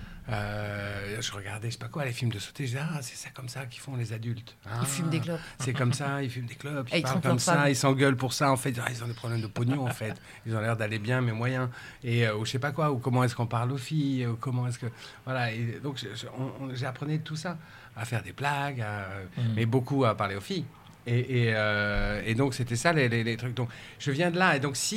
Je regardais, je sais pas quoi, les films de sauter, je disais, c'est ça comme ça qu'ils font les adultes. Ils fument des clopes. C'est comme ça, ils fument des clopes, ils parlent comme ça, ils s'engueulent pour ça, en fait, ils ont des problèmes de pognon, en fait. Ils ont l'air d'aller bien, mais moyen. Et ou je sais pas quoi, ou comment est-ce qu'on parle aux filles, ou comment est-ce que... Voilà, et donc j'apprenais tout ça, à faire des blagues, mais beaucoup à parler aux filles. Et donc c'était ça les trucs. Donc je viens de là, et donc si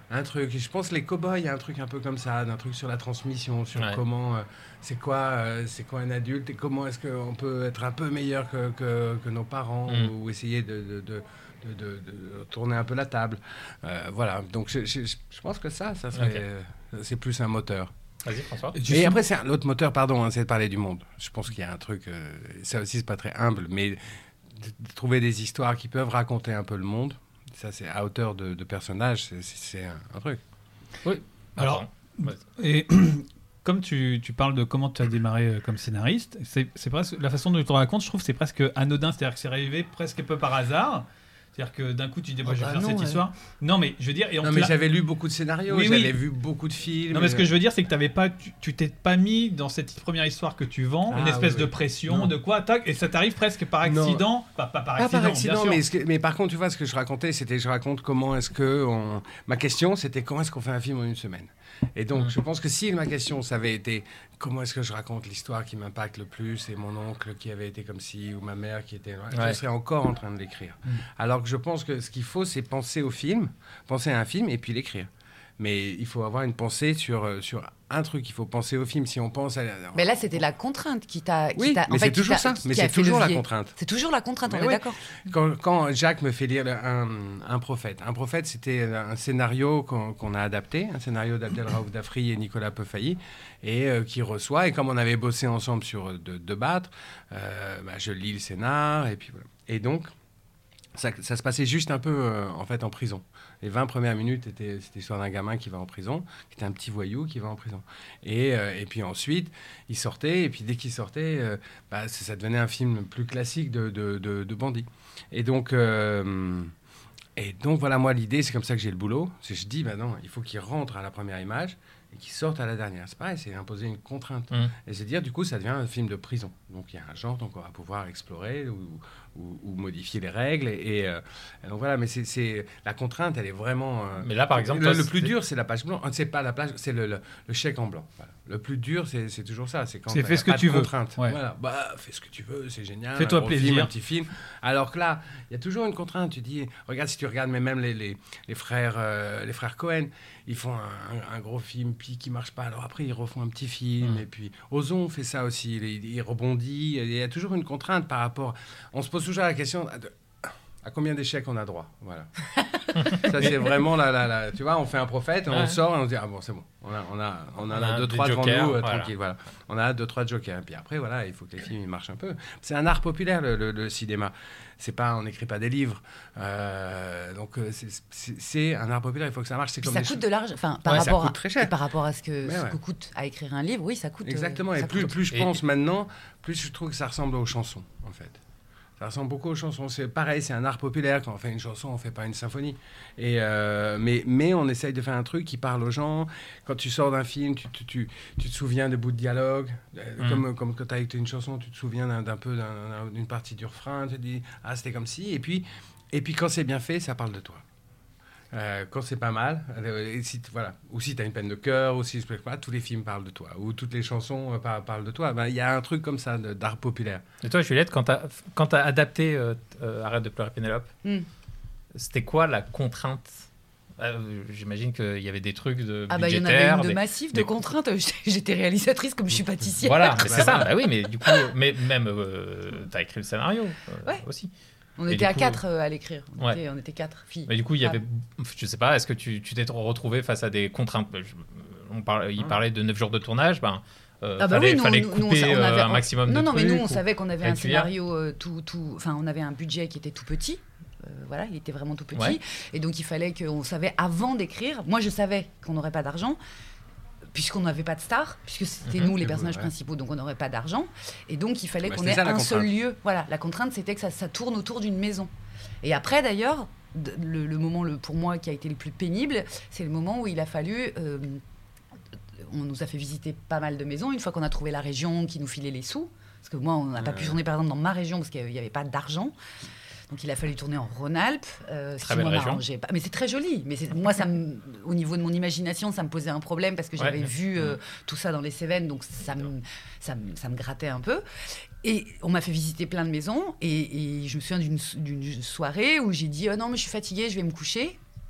Un truc. Je pense que les cow-boys, il y a un truc un peu comme ça, d'un truc sur la transmission, sur comment, c'est quoi un adulte et comment est-ce qu'on peut être un peu meilleur que nos parents ou essayer de tourner un peu la table. Voilà. Donc je pense que ça serait, c'est plus un moteur. Vas-y, François. Et après, c'est l'autre moteur, c'est de parler du monde. Je pense qu'il y a un truc, ça aussi, c'est pas très humble, mais de trouver des histoires qui peuvent raconter un peu le monde. Ça, c'est à hauteur de personnages, c'est un truc. Oui. Alors, et comme tu parles de comment tu as démarré comme scénariste, c'est presque la façon dont tu te racontes, je trouve, c'est presque anodin, c'est-à-dire que c'est arrivé presque un peu par hasard. C'est-à-dire que d'un coup, tu dis, je vais faire cette histoire. Non, mais je veux dire... mais j'avais lu beaucoup de scénarios, j'avais vu beaucoup de films. Non, mais ce que je veux dire, c'est que tu t'es pas mis dans cette première histoire que tu vends, une espèce de pression, de quoi, tac, et ça t'arrive presque par accident. Pas par accident, bien sûr. Mais par contre, tu vois, ce que je racontais, je raconte comment est-ce que... Ma question, c'était comment est-ce qu'on fait un film en une semaine. Et donc, je pense que si ma question, ça avait été comment est-ce que je raconte l'histoire qui m'impacte le plus, et mon oncle qui avait été comme ci, ou ma mère qui était... Je serais encore en train de l'écrire. Alors que je pense que ce qu'il faut, c'est penser à un film, et puis l'écrire. Mais il faut avoir une pensée sur un truc. Il faut penser au film. Si on pense à... Mais là, c'était la contrainte qui t'a... Oui, mais c'est toujours ça. Mais c'est toujours la contrainte. C'est toujours la contrainte, on est d'accord. Quand Jacques me fait lire un prophète. Un prophète, c'était un scénario qu'on a adapté, un scénario d'Abdelraouf Dafri et Nicolas Peuffailly, et qui reçoit. Et comme on avait bossé ensemble sur De Battre, je lis le scénar, et puis voilà. Et donc... Ça se passait juste un peu en prison. Les 20 premières minutes, c'était l'histoire d'un gamin qui va en prison, qui était un petit voyou qui va en prison. Et puis ensuite, il sortait, et puis dès qu'il sortait, ça devenait un film plus classique de bandits. Et donc voilà, moi, l'idée, c'est comme ça que j'ai le boulot. C'est que je dis, non, il faut qu'il rentre à la première image et qu'il sorte à la dernière. C'est pareil, c'est imposer une contrainte. Et c'est dire, du coup, ça devient un film de prison. Donc il y a un genre, donc on va pouvoir explorer ou modifier les règles. Et donc voilà, mais c'est la contrainte, elle est vraiment... mais là, par exemple... Le plus dur, c'est la page blanche. C'est pas la page, c'est le chèque en blanc. Voilà. Le plus dur, c'est toujours ça. C'est quand fais ce que tu veux. Ouais. Voilà. Fais ce que tu veux, c'est génial. Fais-toi plaisir. Un petit film. Alors que là, il y a toujours une contrainte. Tu dis, regarde, si tu regardes, mais même les frères Cohen, ils font un gros film, puis qui marche pas. Alors après, ils refont un petit film. Et puis, Ozon fait ça aussi. Il rebondit. Il y a toujours une contrainte par rapport... On se pose toujours la question... À combien d'échecs on a droit, voilà. Ça, c'est vraiment tu vois, on fait un prophète, on sort et on se dit, bon, c'est bon. On a 2-3 devant nous, tranquille, voilà. On a 2-3 jokers. Et puis après, voilà, il faut que les films ils marchent un peu. C'est un art populaire, le cinéma. On n'écrit pas des livres. Donc, c'est un art populaire, il faut que ça marche. C'est comme ça coûte de l'argent. Enfin, ça coûte très cher. Par rapport à ce que coûte à écrire un livre, oui, ça coûte. Exactement. Et plus je pense maintenant, plus je trouve que ça ressemble aux chansons, en fait. Ça ressemble beaucoup aux chansons. C'est pareil, c'est un art populaire. Quand on fait une chanson, on ne fait pas une symphonie. Et mais on essaye de faire un truc qui parle aux gens. Quand tu sors d'un film, tu te souviens de bouts de dialogue. Comme quand tu as écouté une chanson, tu te souviens d'une partie du refrain. Tu te dis, c'était comme ci. Et puis quand c'est bien fait, ça parle de toi. Quand c'est pas mal, ou si tu as une peine de cœur, ou si tous les films parlent de toi, ou toutes les chansons parlent de toi, il y a un truc comme ça d'art populaire. Et toi, Juliette, quand tu as adapté Arrête de pleurer Pénélope, c'était quoi la contrainte? J'imagine qu'il y avait des trucs de budgétaires. Il y en avait une de massif, de contraintes. J'étais réalisatrice comme je suis pâtissière. Voilà, c'est ça. Oui, mais du coup, même t'as écrit le scénario aussi. On était à 4 à l'écrire. On était 4 filles. Mais du coup, il y avait, je sais pas, est-ce que tu t'es retrouvé face à des contraintes? Il parlait de 9 jours de tournage. Fallait couper un maximum de trucs. Non, mais nous, on savait qu'on avait un scénario enfin, on avait un budget qui était tout petit. Il était vraiment tout petit. Ouais. Et donc, il fallait qu'on savait avant d'écrire. Moi, je savais qu'on n'aurait pas d'argent. Puisqu'on n'avait pas de stars, puisque c'était nous les personnages principaux, donc on n'aurait pas d'argent. Et donc, il fallait qu'on ait un seul lieu. Voilà, la contrainte, c'était que ça tourne autour d'une maison. Et après, d'ailleurs, le moment pour moi qui a été le plus pénible, c'est le moment où il a fallu... on nous a fait visiter pas mal de maisons, une fois qu'on a trouvé la région qui nous filait les sous. Parce que moi, on n'a pas pu tourner, par exemple, dans ma région, parce qu'il n'y avait pas d'argent. Donc, il a fallu tourner en Rhône-Alpes. Très belle région. Mais c'est très joli. Mais moi, au niveau de mon imagination, ça me posait un problème parce que j'avais vu tout ça dans les Cévennes. Donc, ça me grattait un peu. Et on m'a fait visiter plein de maisons. Et je me souviens d'une soirée où j'ai dit « Oh non, mais je suis fatiguée, je vais me coucher ».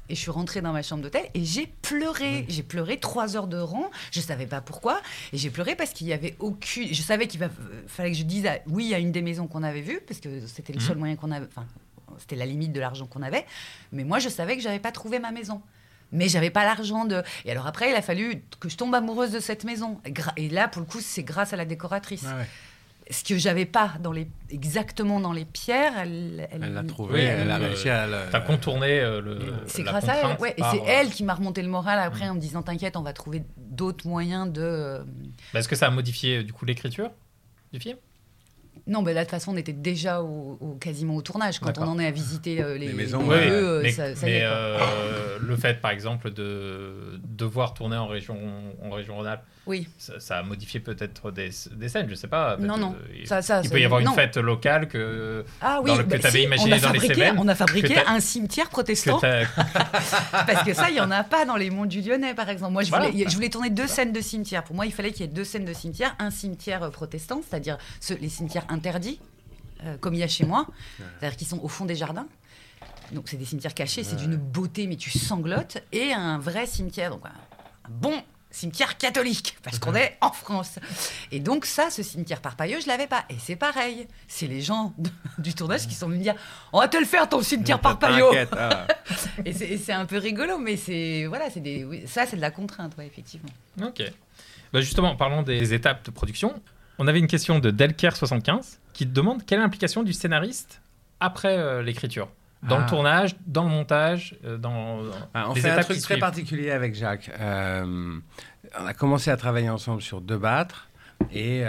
Et je suis rentrée dans ma chambre d'hôtel et j'ai pleuré. J'ai pleuré 3 heures de rang. Je ne savais pas pourquoi. Et j'ai pleuré parce qu'il n'y avait aucune... Je savais qu'il fallait que je dise oui à une des maisons qu'on avait vues, parce que c'était le seul moyen qu'on avait... Enfin, c'était la limite de l'argent qu'on avait. Mais moi, je savais que je n'avais pas trouvé ma maison. Mais je n'avais pas l'argent de... Et alors après, il a fallu que je tombe amoureuse de cette maison. Et là, pour le coup, c'est grâce à la décoratrice. Ah ouais. Ce que j'avais pas exactement dans les pierres, elle l'a trouvé, elle a réussi à t'as contourné c'est grâce à elle, ouais. Et c'est elle qui m'a remonté le moral après en me disant t'inquiète, on va trouver d'autres moyens de. Est-ce que ça a modifié du coup l'écriture du film? Non, mais là, de toute façon, on était déjà quasiment au tournage. Quand on en est à visiter les maisons, mais ça y est. Le fait, par exemple, de devoir tourner en région Rhône-Alpes, oui. Ça a modifié peut-être des scènes, je ne sais pas. Non. Il peut y avoir une fête locale que tu avais imaginé dans les Cévennes. On a fabriqué un cimetière protestant. Parce que ça, il n'y en a pas dans les Monts du Lyonnais, par exemple. Moi, je voulais tourner 2 scènes de cimetière. Pour moi, il fallait qu'il y ait 2 scènes de cimetière. Un cimetière protestant, c'est-à-dire les cimetières interdits, comme il y a chez moi, c'est-à-dire qu'ils sont au fond des jardins. Donc, c'est des cimetières cachés, c'est d'une beauté, mais tu sanglotes. Et un vrai cimetière, donc un bon cimetière catholique, parce qu'on est en France. Et donc ça, ce cimetière Parpaillot, je l'avais pas. Et c'est pareil. C'est les gens du tournage qui sont venus me dire « On va te le faire, ton cimetière Parpaillot !» Et c'est un peu rigolo, mais ça, c'est de la contrainte, effectivement. Ok. Justement, parlons des étapes de production. On avait une question de Delker75 qui te demande quelle est l'implication du scénariste après l'écriture. Dans le tournage, dans le montage, dans on fait un truc très particulier avec Jacques. On a commencé à travailler ensemble sur Deux Battre et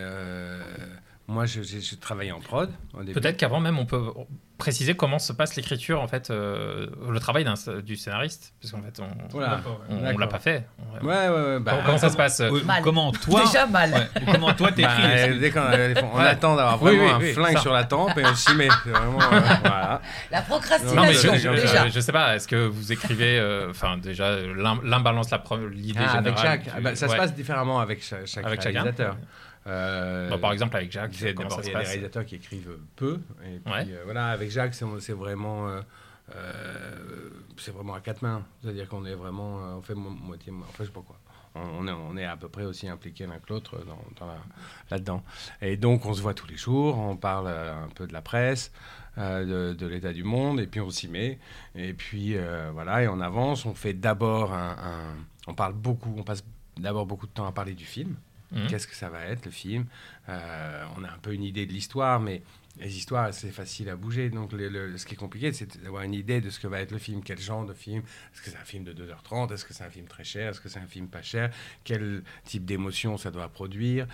moi, je travaillais en prod au début. Peut-être qu'avant même, on peut préciser comment se passe l'écriture, en fait, le travail du scénariste, parce qu'en fait, on l'a pas fait. Ouais. Comment ça se passe Comment toi déjà mal. Comment toi t'écris dès on attend d'avoir vraiment un flingue sur la tempe et on s'y met. C'est vraiment voilà. La procrastination. Non, mais je sais pas. Est-ce que vous écrivez déjà l'un balance l'idée générale avec Jacques. Ça se passe différemment avec chaque réalisateur. Par exemple avec Jacques, il y a des réalisateurs qui écrivent peu et puis avec Jacques c'est vraiment à 4 mains, c'est-à-dire qu'on est vraiment on fait moitié, je sais pas quoi, on est à peu près aussi impliqués l'un que l'autre là-dedans, et donc on se voit tous les jours, on parle un peu de la presse, de l'état du monde, et puis on s'y met, et puis et on avance, on fait d'abord on passe d'abord beaucoup de temps à parler du film. Qu'est-ce que ça va être, le film? On a un peu une idée de l'histoire, mais les histoires, c'est facile à bouger. Donc, ce qui est compliqué, c'est d'avoir une idée de ce que va être le film. Quel genre de film? Est-ce que c'est un film de 2h30? Est-ce que c'est un film très cher? Est-ce que c'est un film pas cher? Quel type d'émotion ça doit produire?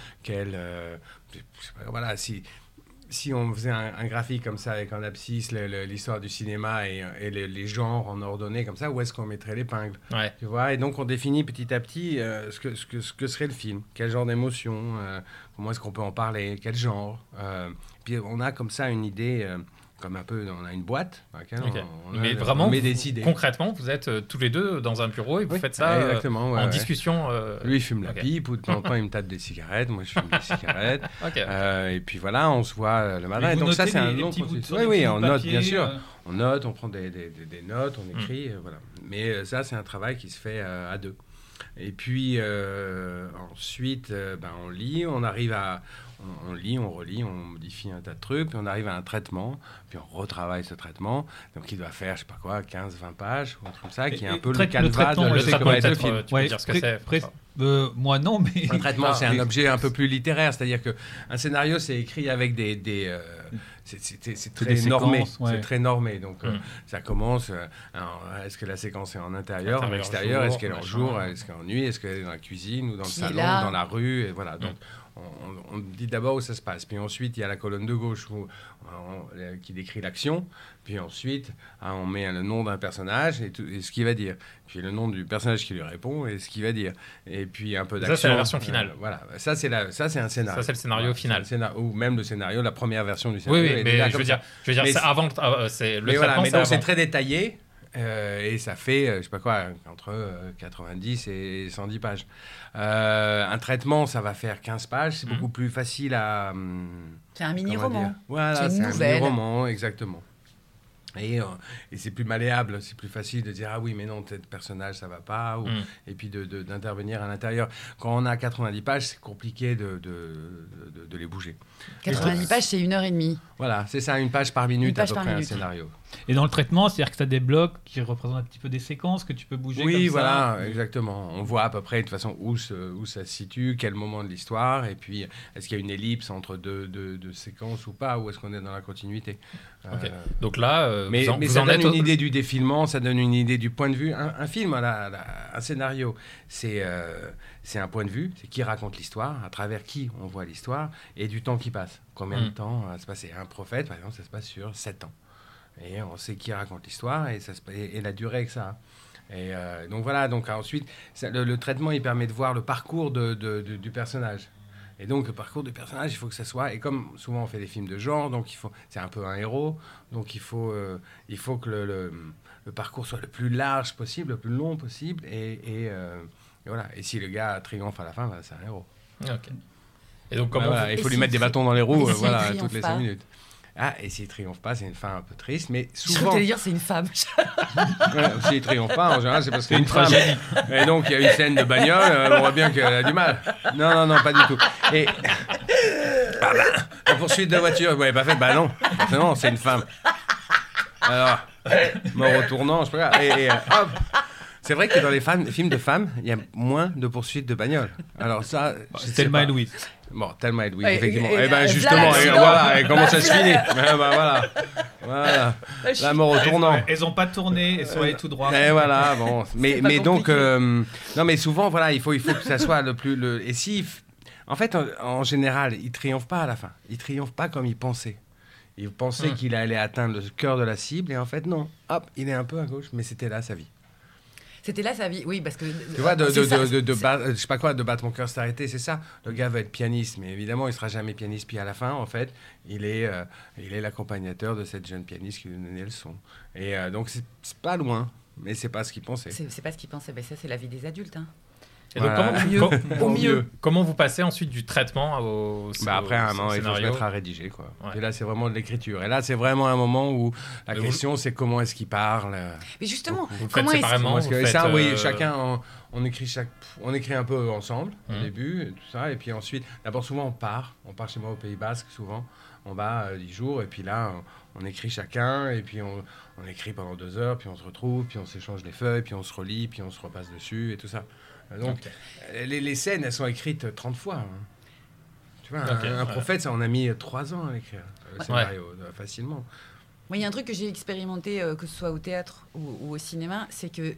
Si on faisait un graphique comme ça avec en abscisse l'histoire du cinéma et les genres en ordonnée comme ça, où est-ce qu'on mettrait l'épingle? Tu vois, et donc on définit petit à petit ce que serait le film, quel genre d'émotion, comment est-ce qu'on peut en parler, quel genre. Puis on a comme ça une idée, comme un peu, on a une boîte dans laquelle on met des idées. Concrètement, vous êtes tous les deux dans un bureau et vous faites ça en discussion. Lui, il fume la pipe, ou de temps en temps, il me tape des cigarettes, moi, je fume des cigarettes. Et puis voilà, on se voit le matin. Et donc ça, c'est un long processus. Oui, on note, bien sûr. On note, on prend des notes, on écrit, voilà. Mais ça, c'est un travail qui se fait à deux. Et puis ensuite, on lit, on arrive à... On lit, on relit, on modifie un tas de trucs, puis on arrive à un traitement, puis on retravaille ce traitement. Donc il doit faire, je sais pas quoi, 15-20 pages, ou un truc comme ça, qui est un peu le canevas de le traitement. Tu peux dire ce que c'est. Moi non, mais... Un traitement, c'est un objet un peu plus littéraire, c'est-à-dire qu'un scénario, c'est écrit avec c'est très normé, c'est très normé. Donc ça commence, est-ce que la séquence est en intérieur, en extérieur, est-ce qu'elle est en jour, est-ce qu'elle est en nuit, est-ce qu'elle est dans la cuisine ou dans le salon, dans la rue, et voilà. Donc on dit d'abord où ça se passe, puis ensuite il y a la colonne de gauche qui décrit l'action, puis ensuite on met le nom d'un personnage et ce qu'il va dire, puis le nom du personnage qui lui répond et ce qu'il va dire, et puis un peu d'action. Ça c'est la version finale. Voilà, ça c'est un scénario. Ça c'est le scénario final. Ou même le scénario, la première version du scénario. Oui, mais je veux dire, c'est avant, c'est le traitement. Mais donc c'est très détaillé. Et ça fait, je sais pas quoi, entre 90 et 110 pages. Un traitement, ça va faire 15 pages. C'est beaucoup plus facile à... c'est un mini-roman. Voilà, c'est un mini-roman, exactement. Et c'est plus malléable, c'est plus facile de dire ah oui mais non tel personnage ça va pas et puis d'intervenir à l'intérieur. Quand on a 90 pages c'est compliqué de les bouger. 90 pages c'est 1h30. Voilà, c'est ça, une page par minute à peu près un scénario. Et dans le traitement, c'est-à-dire que tu as des blocs qui représentent un petit peu des séquences que tu peux bouger comme ça. Oui, voilà, exactement. On voit à peu près de toute façon où ça se situe, quel moment de l'histoire, et puis est-ce qu'il y a une ellipse entre deux séquences ou pas, ou est-ce qu'on est dans la continuité. Okay. Donc là, mais ça donne une idée du défilement, ça donne une idée du point de vue. Un film, un scénario, c'est un point de vue, c'est qui raconte l'histoire, à travers qui on voit l'histoire, et du temps qui passe. Combien de temps ça se passe. Un prophète, par exemple, ça se passe sur 7 ans. Et on sait qui raconte l'histoire et la durée que ça a. Et donc voilà, donc ensuite, le traitement, il permet de voir le parcours du personnage. Et donc le parcours du personnage, il faut que ça soit... Et comme souvent on fait des films de genre, donc c'est un peu un héros, donc il faut que le parcours soit le plus large possible, le plus long possible. Et voilà. Et si le gars triomphe à la fin, c'est un héros. Ok. Et donc comment il faut lui mettre des bâtons dans les roues voilà, toutes les 5 minutes. Ah, et s'il ne triomphe pas, c'est une fin un peu triste, mais souvent... Je veux te dire, c'est une femme. S'il ne triomphe pas, en général, c'est parce qu'il y a une tragédie. Et donc, il y a une scène de bagnole, on voit bien qu'elle a du mal. Non, pas du tout. Et... la poursuite de voiture, vous l'avez pas faite? Bah non, c'est une femme. Alors, mort au tournant, je sais pas. Et hop. C'est vrai que dans les films de femmes, il y a moins de poursuites de bagnole. Alors ça... Thelma et Louise. Bon, Thelma et Louise, effectivement. Et ben justement, voilà, et comment ça se finit? Voilà. La mort au tournant. Elles n'ont pas tourné, elles sont allées tout droit. Et voilà, bon. Mais donc, non, mais souvent, voilà, il faut que ça soit le plus... Et si... En fait, en général, il ne triomphe pas à la fin. Il ne triomphe pas comme il pensait. Il pensait qu'il allait atteindre le cœur de la cible, et en fait, non. Hop, il est un peu à gauche, mais c'était là sa vie. C'était là sa vie, oui, parce que... Tu vois, je sais pas quoi, de battre mon cœur, c'est arrêté, c'est ça. Le gars veut être pianiste, mais évidemment, il sera jamais pianiste. Puis à la fin, en fait, il est l'accompagnateur de cette jeune pianiste qui lui donnait le son. Et donc, c'est pas loin, mais c'est pas ce qu'il pensait. C'est pas ce qu'il pensait, mais ça, c'est la vie des adultes, hein. Et donc, comment vous passez ensuite du traitement au après, un moment, il faut se mettre à rédiger, quoi. Ouais. Et là, c'est vraiment de l'écriture. Et là, c'est vraiment un moment où la question, c'est comment est-ce qu'il parle. Mais justement, vous faites séparément. Parce que ça, oui, chacun, on écrit un peu ensemble au début, et tout ça. Et puis ensuite, d'abord, souvent, on part chez moi au Pays Basque, souvent. On va 10 jours, et puis là, on écrit chacun, et puis on écrit pendant 2 heures, puis on se retrouve, puis on s'échange les feuilles, puis on se relit, puis on se repasse dessus, et tout ça. Donc, les scènes, elles sont écrites 30 fois. Hein. Tu vois, un prophète, ça, on a mis 3 ans à écrire le scénario, facilement. Moi, il y a un truc que j'ai expérimenté, que ce soit au théâtre ou au cinéma, c'est que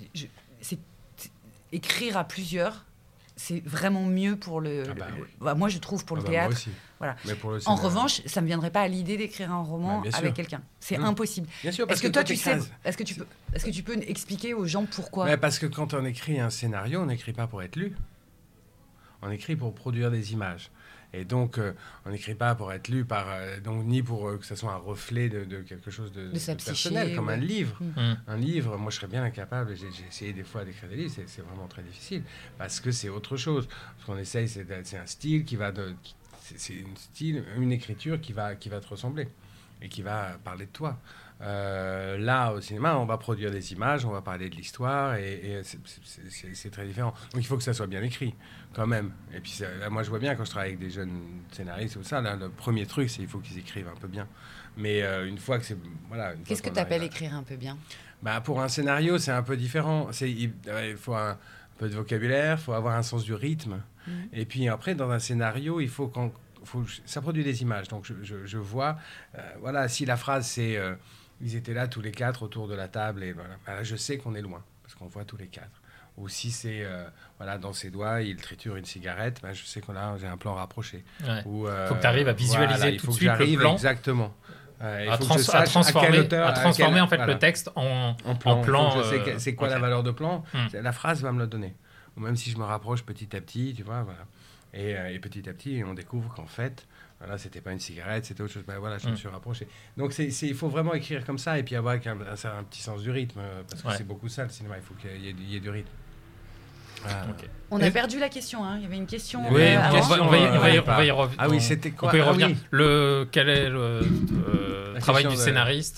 écrire à plusieurs, c'est vraiment mieux pour moi, je trouve, pour le théâtre. Moi aussi. Voilà. Mais pour le cinéma, en revanche, ça ne me viendrait pas à l'idée d'écrire un roman avec quelqu'un. C'est impossible. Bien sûr, parce que toi, tu sais... Est-ce que tu peux expliquer aux gens pourquoi? Parce que quand on écrit un scénario, on n'écrit pas pour être lu. On écrit pour produire des images. Et donc, on n'écrit pas pour être lu ni pour que ça soit un reflet de quelque chose de personnel, comme un livre. Un livre, moi, je serais bien incapable. J'ai essayé des fois d'écrire des livres, c'est vraiment très difficile, parce que c'est autre chose. Ce qu'on essaye, c'est un style qui va c'est une écriture qui va te ressembler et qui va parler de toi. Là, au cinéma, on va produire des images, on va parler de l'histoire, et c'est très différent. Donc, il faut que ça soit bien écrit, quand même. Et puis, là, moi, je vois bien quand je travaille avec des jeunes scénaristes ou ça, là, le premier truc, c'est qu'il faut qu'ils écrivent un peu bien. Mais une fois que c'est... Voilà, qu'est-ce que tu appelles écrire un peu bien? Pour un scénario, c'est un peu différent. Il faut un peu de vocabulaire, il faut avoir un sens du rythme. Et puis, après, dans un scénario, il faut ça produit des images. Donc, je vois... voilà, si la phrase, c'est... ils étaient là tous les 4 autour de la table, et voilà. Là, je sais qu'on est loin, parce qu'on voit tous les 4. Ou si c'est dans ses doigts, il triture une cigarette, je sais j'ai un plan rapproché. Ouais. Faut que tu arrives à visualiser tout de suite le plan. Exactement. À transformer en fait le texte en plan. Je sais c'est quoi la valeur de plan. La phrase va me le donner. Ou même si je me rapproche petit à petit, tu vois, voilà. Et petit à petit, on découvre qu'en fait, voilà, c'était pas une cigarette, c'était autre chose. Je me suis rapproché. Donc, il faut vraiment écrire comme ça, et puis avoir un petit sens du rythme, parce que c'est beaucoup ça, le cinéma. Il faut qu'il y ait du rythme. On a perdu la question, hein. Il y avait une question. Oui, on va y revenir. Ah oui, c'était quoi? On peut y revenir. Quel est le travail du scénariste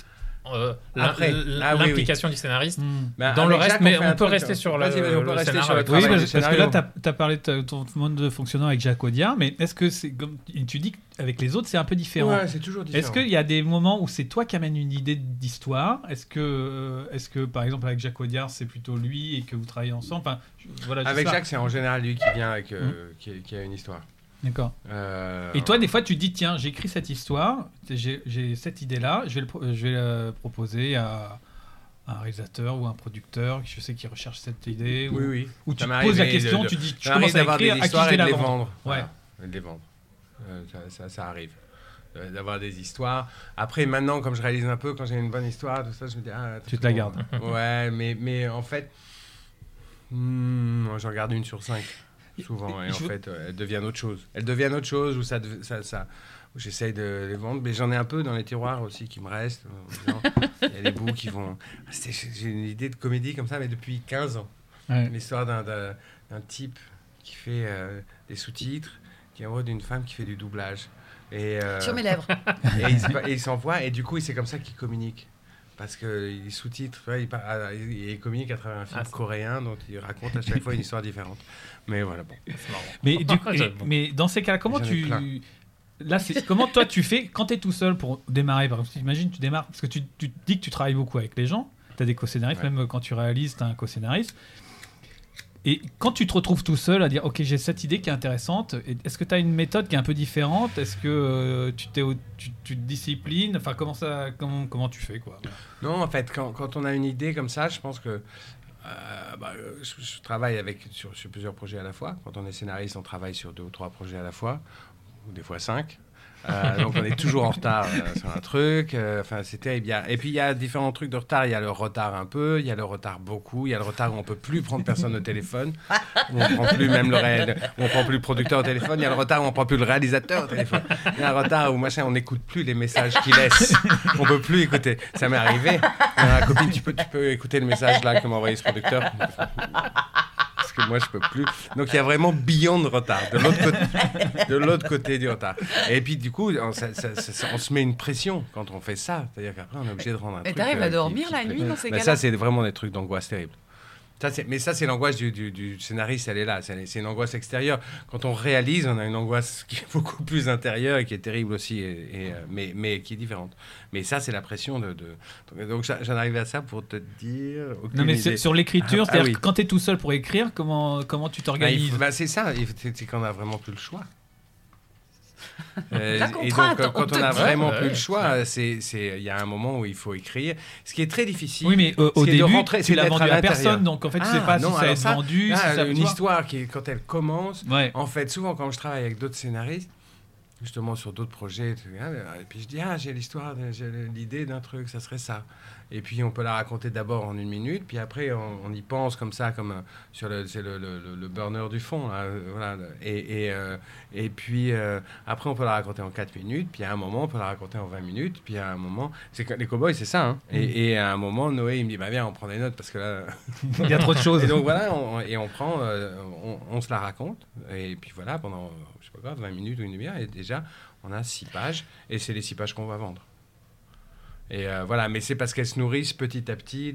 l'implication du scénariste dans le reste, mais on peut rester sur le scénario. Oui, parce que là, tu as parlé de ton mode de fonctionnement avec Jacques Audiard, mais est-ce que c'est comme tu dis qu'avec les autres, c'est un peu différent? Ouais, c'est toujours différent. Est-ce qu'il y a des moments où c'est toi qui amènes une idée d'histoire? Est-ce que par exemple, avec Jacques Audiard, c'est plutôt lui et que vous travaillez ensemble? Enfin, avec Jacques, c'est en général lui qui vient avec qui a une histoire. D'accord. Et toi, des fois, tu te dis, tiens, j'écris cette histoire, j'ai cette idée-là, je vais la proposer à un réalisateur ou un producteur, je sais qu'il recherche cette idée. Oui. Ou tu te poses la question, tu dis, je commence à écrire, à qui je vais la vendre. Ouais. Et de les vendre. Ça arrive. D'avoir des histoires. Après, maintenant, comme je réalise un peu, quand j'ai une bonne histoire, tout ça, je me dis, tu te la gardes. Ouais, mais en fait, j'en garde 1 sur 5. Souvent, et en fait, elles deviennent autre chose. Elles deviennent autre chose où où j'essaye de les vendre, mais j'en ai un peu dans les tiroirs aussi qui me restent. Il y a des bouts qui vont... J'ai une idée de comédie comme ça, mais depuis 15 ans. Ouais. L'histoire d'un type qui fait des sous-titres, qui est amoureux d'une femme qui fait du doublage. Sur mes lèvres. Et il s'envoie, et du coup, c'est comme ça qu'il communique. Parce qu'il sous-titre, il communique à travers un film coréen dont il raconte à chaque fois une histoire différente. Mais voilà, bon. C'est marrant. Mais dans ces cas-là, comment comment toi tu fais quand tu es tout seul pour démarrer? Par exemple, imagine tu démarres, parce que tu dis que tu travailles beaucoup avec les gens, tu as des co-scénaristes, même quand tu réalises, tu as un co-scénariste. Et quand tu te retrouves tout seul à dire ok, j'ai cette idée qui est intéressante, est-ce que tu as une méthode qui est un peu différente? Est-ce que tu te disciplines? Enfin, comment tu fais quoi? Non, en fait, quand on a une idée comme ça, je pense que je travaille sur plusieurs projets à la fois. Quand on est scénariste, on travaille sur 2 ou 3 projets à la fois, ou des fois 5. Donc on est toujours en retard sur un truc. C'est terrible. Et puis il y a différents trucs de retard. Il y a le retard un peu, il y a le retard beaucoup, il y a le retard où on peut plus prendre personne au téléphone, où on prend plus même on prend plus le producteur au téléphone. Il y a le retard où on prend plus le réalisateur au téléphone. Il y a un retard où on n'écoute plus les messages qu'il laisse. On peut plus écouter. Ça m'est arrivé. Ma copine, tu peux écouter le message là que m'a envoyé ce producteur. Que moi je peux plus. Donc il y a vraiment beyond de retard de l'autre côté du retard. Et puis du coup on se met une pression quand on fait ça, c'est-à-dire qu'après on est obligé de rendre un truc. Et t'arrives à dormir la nuit dans ces cas-là? Ça c'est vraiment des trucs d'angoisse terribles. Mais ça, c'est l'angoisse du scénariste, elle est là. C'est une angoisse extérieure. Quand on réalise, on a une angoisse qui est beaucoup plus intérieure et qui est terrible aussi, mais qui est différente. Mais ça, c'est la pression Donc, j'en arrive à ça pour te dire... Non, mais sur l'écriture, c'est-à-dire que quand tu es tout seul pour écrire, comment tu t'organises? C'est ça, c'est qu'on n'a vraiment plus le choix. Et donc, quand on n'a vraiment plus le choix, il y a un moment où il faut écrire. Ce qui est très difficile. Oui, mais au début, tu l'as vendu à personne, donc en fait, tu sais pas si ça va être vendu. Une histoire quand elle commence. En fait, souvent, quand je travaille avec d'autres scénaristes, justement sur d'autres projets, et puis je dis j'ai l'idée d'un truc, ça serait ça. Et puis on peut la raconter d'abord en 1 minute, puis après on y pense comme ça, sur le burner du fond là, voilà. Et puis après on peut la raconter en 4 minutes, puis à un moment on peut la raconter en 20 minutes, puis à un moment les cow-boys c'est ça hein. Et à un moment Noé il me dit viens on prend des notes parce que là il y a trop de choses. Et donc voilà on prend on se la raconte et puis voilà pendant 20 minutes ou 1 demi-heure, et déjà on a 6 pages et c'est les 6 pages qu'on va vendre. Et voilà, mais c'est parce qu'elles se nourrissent petit à petit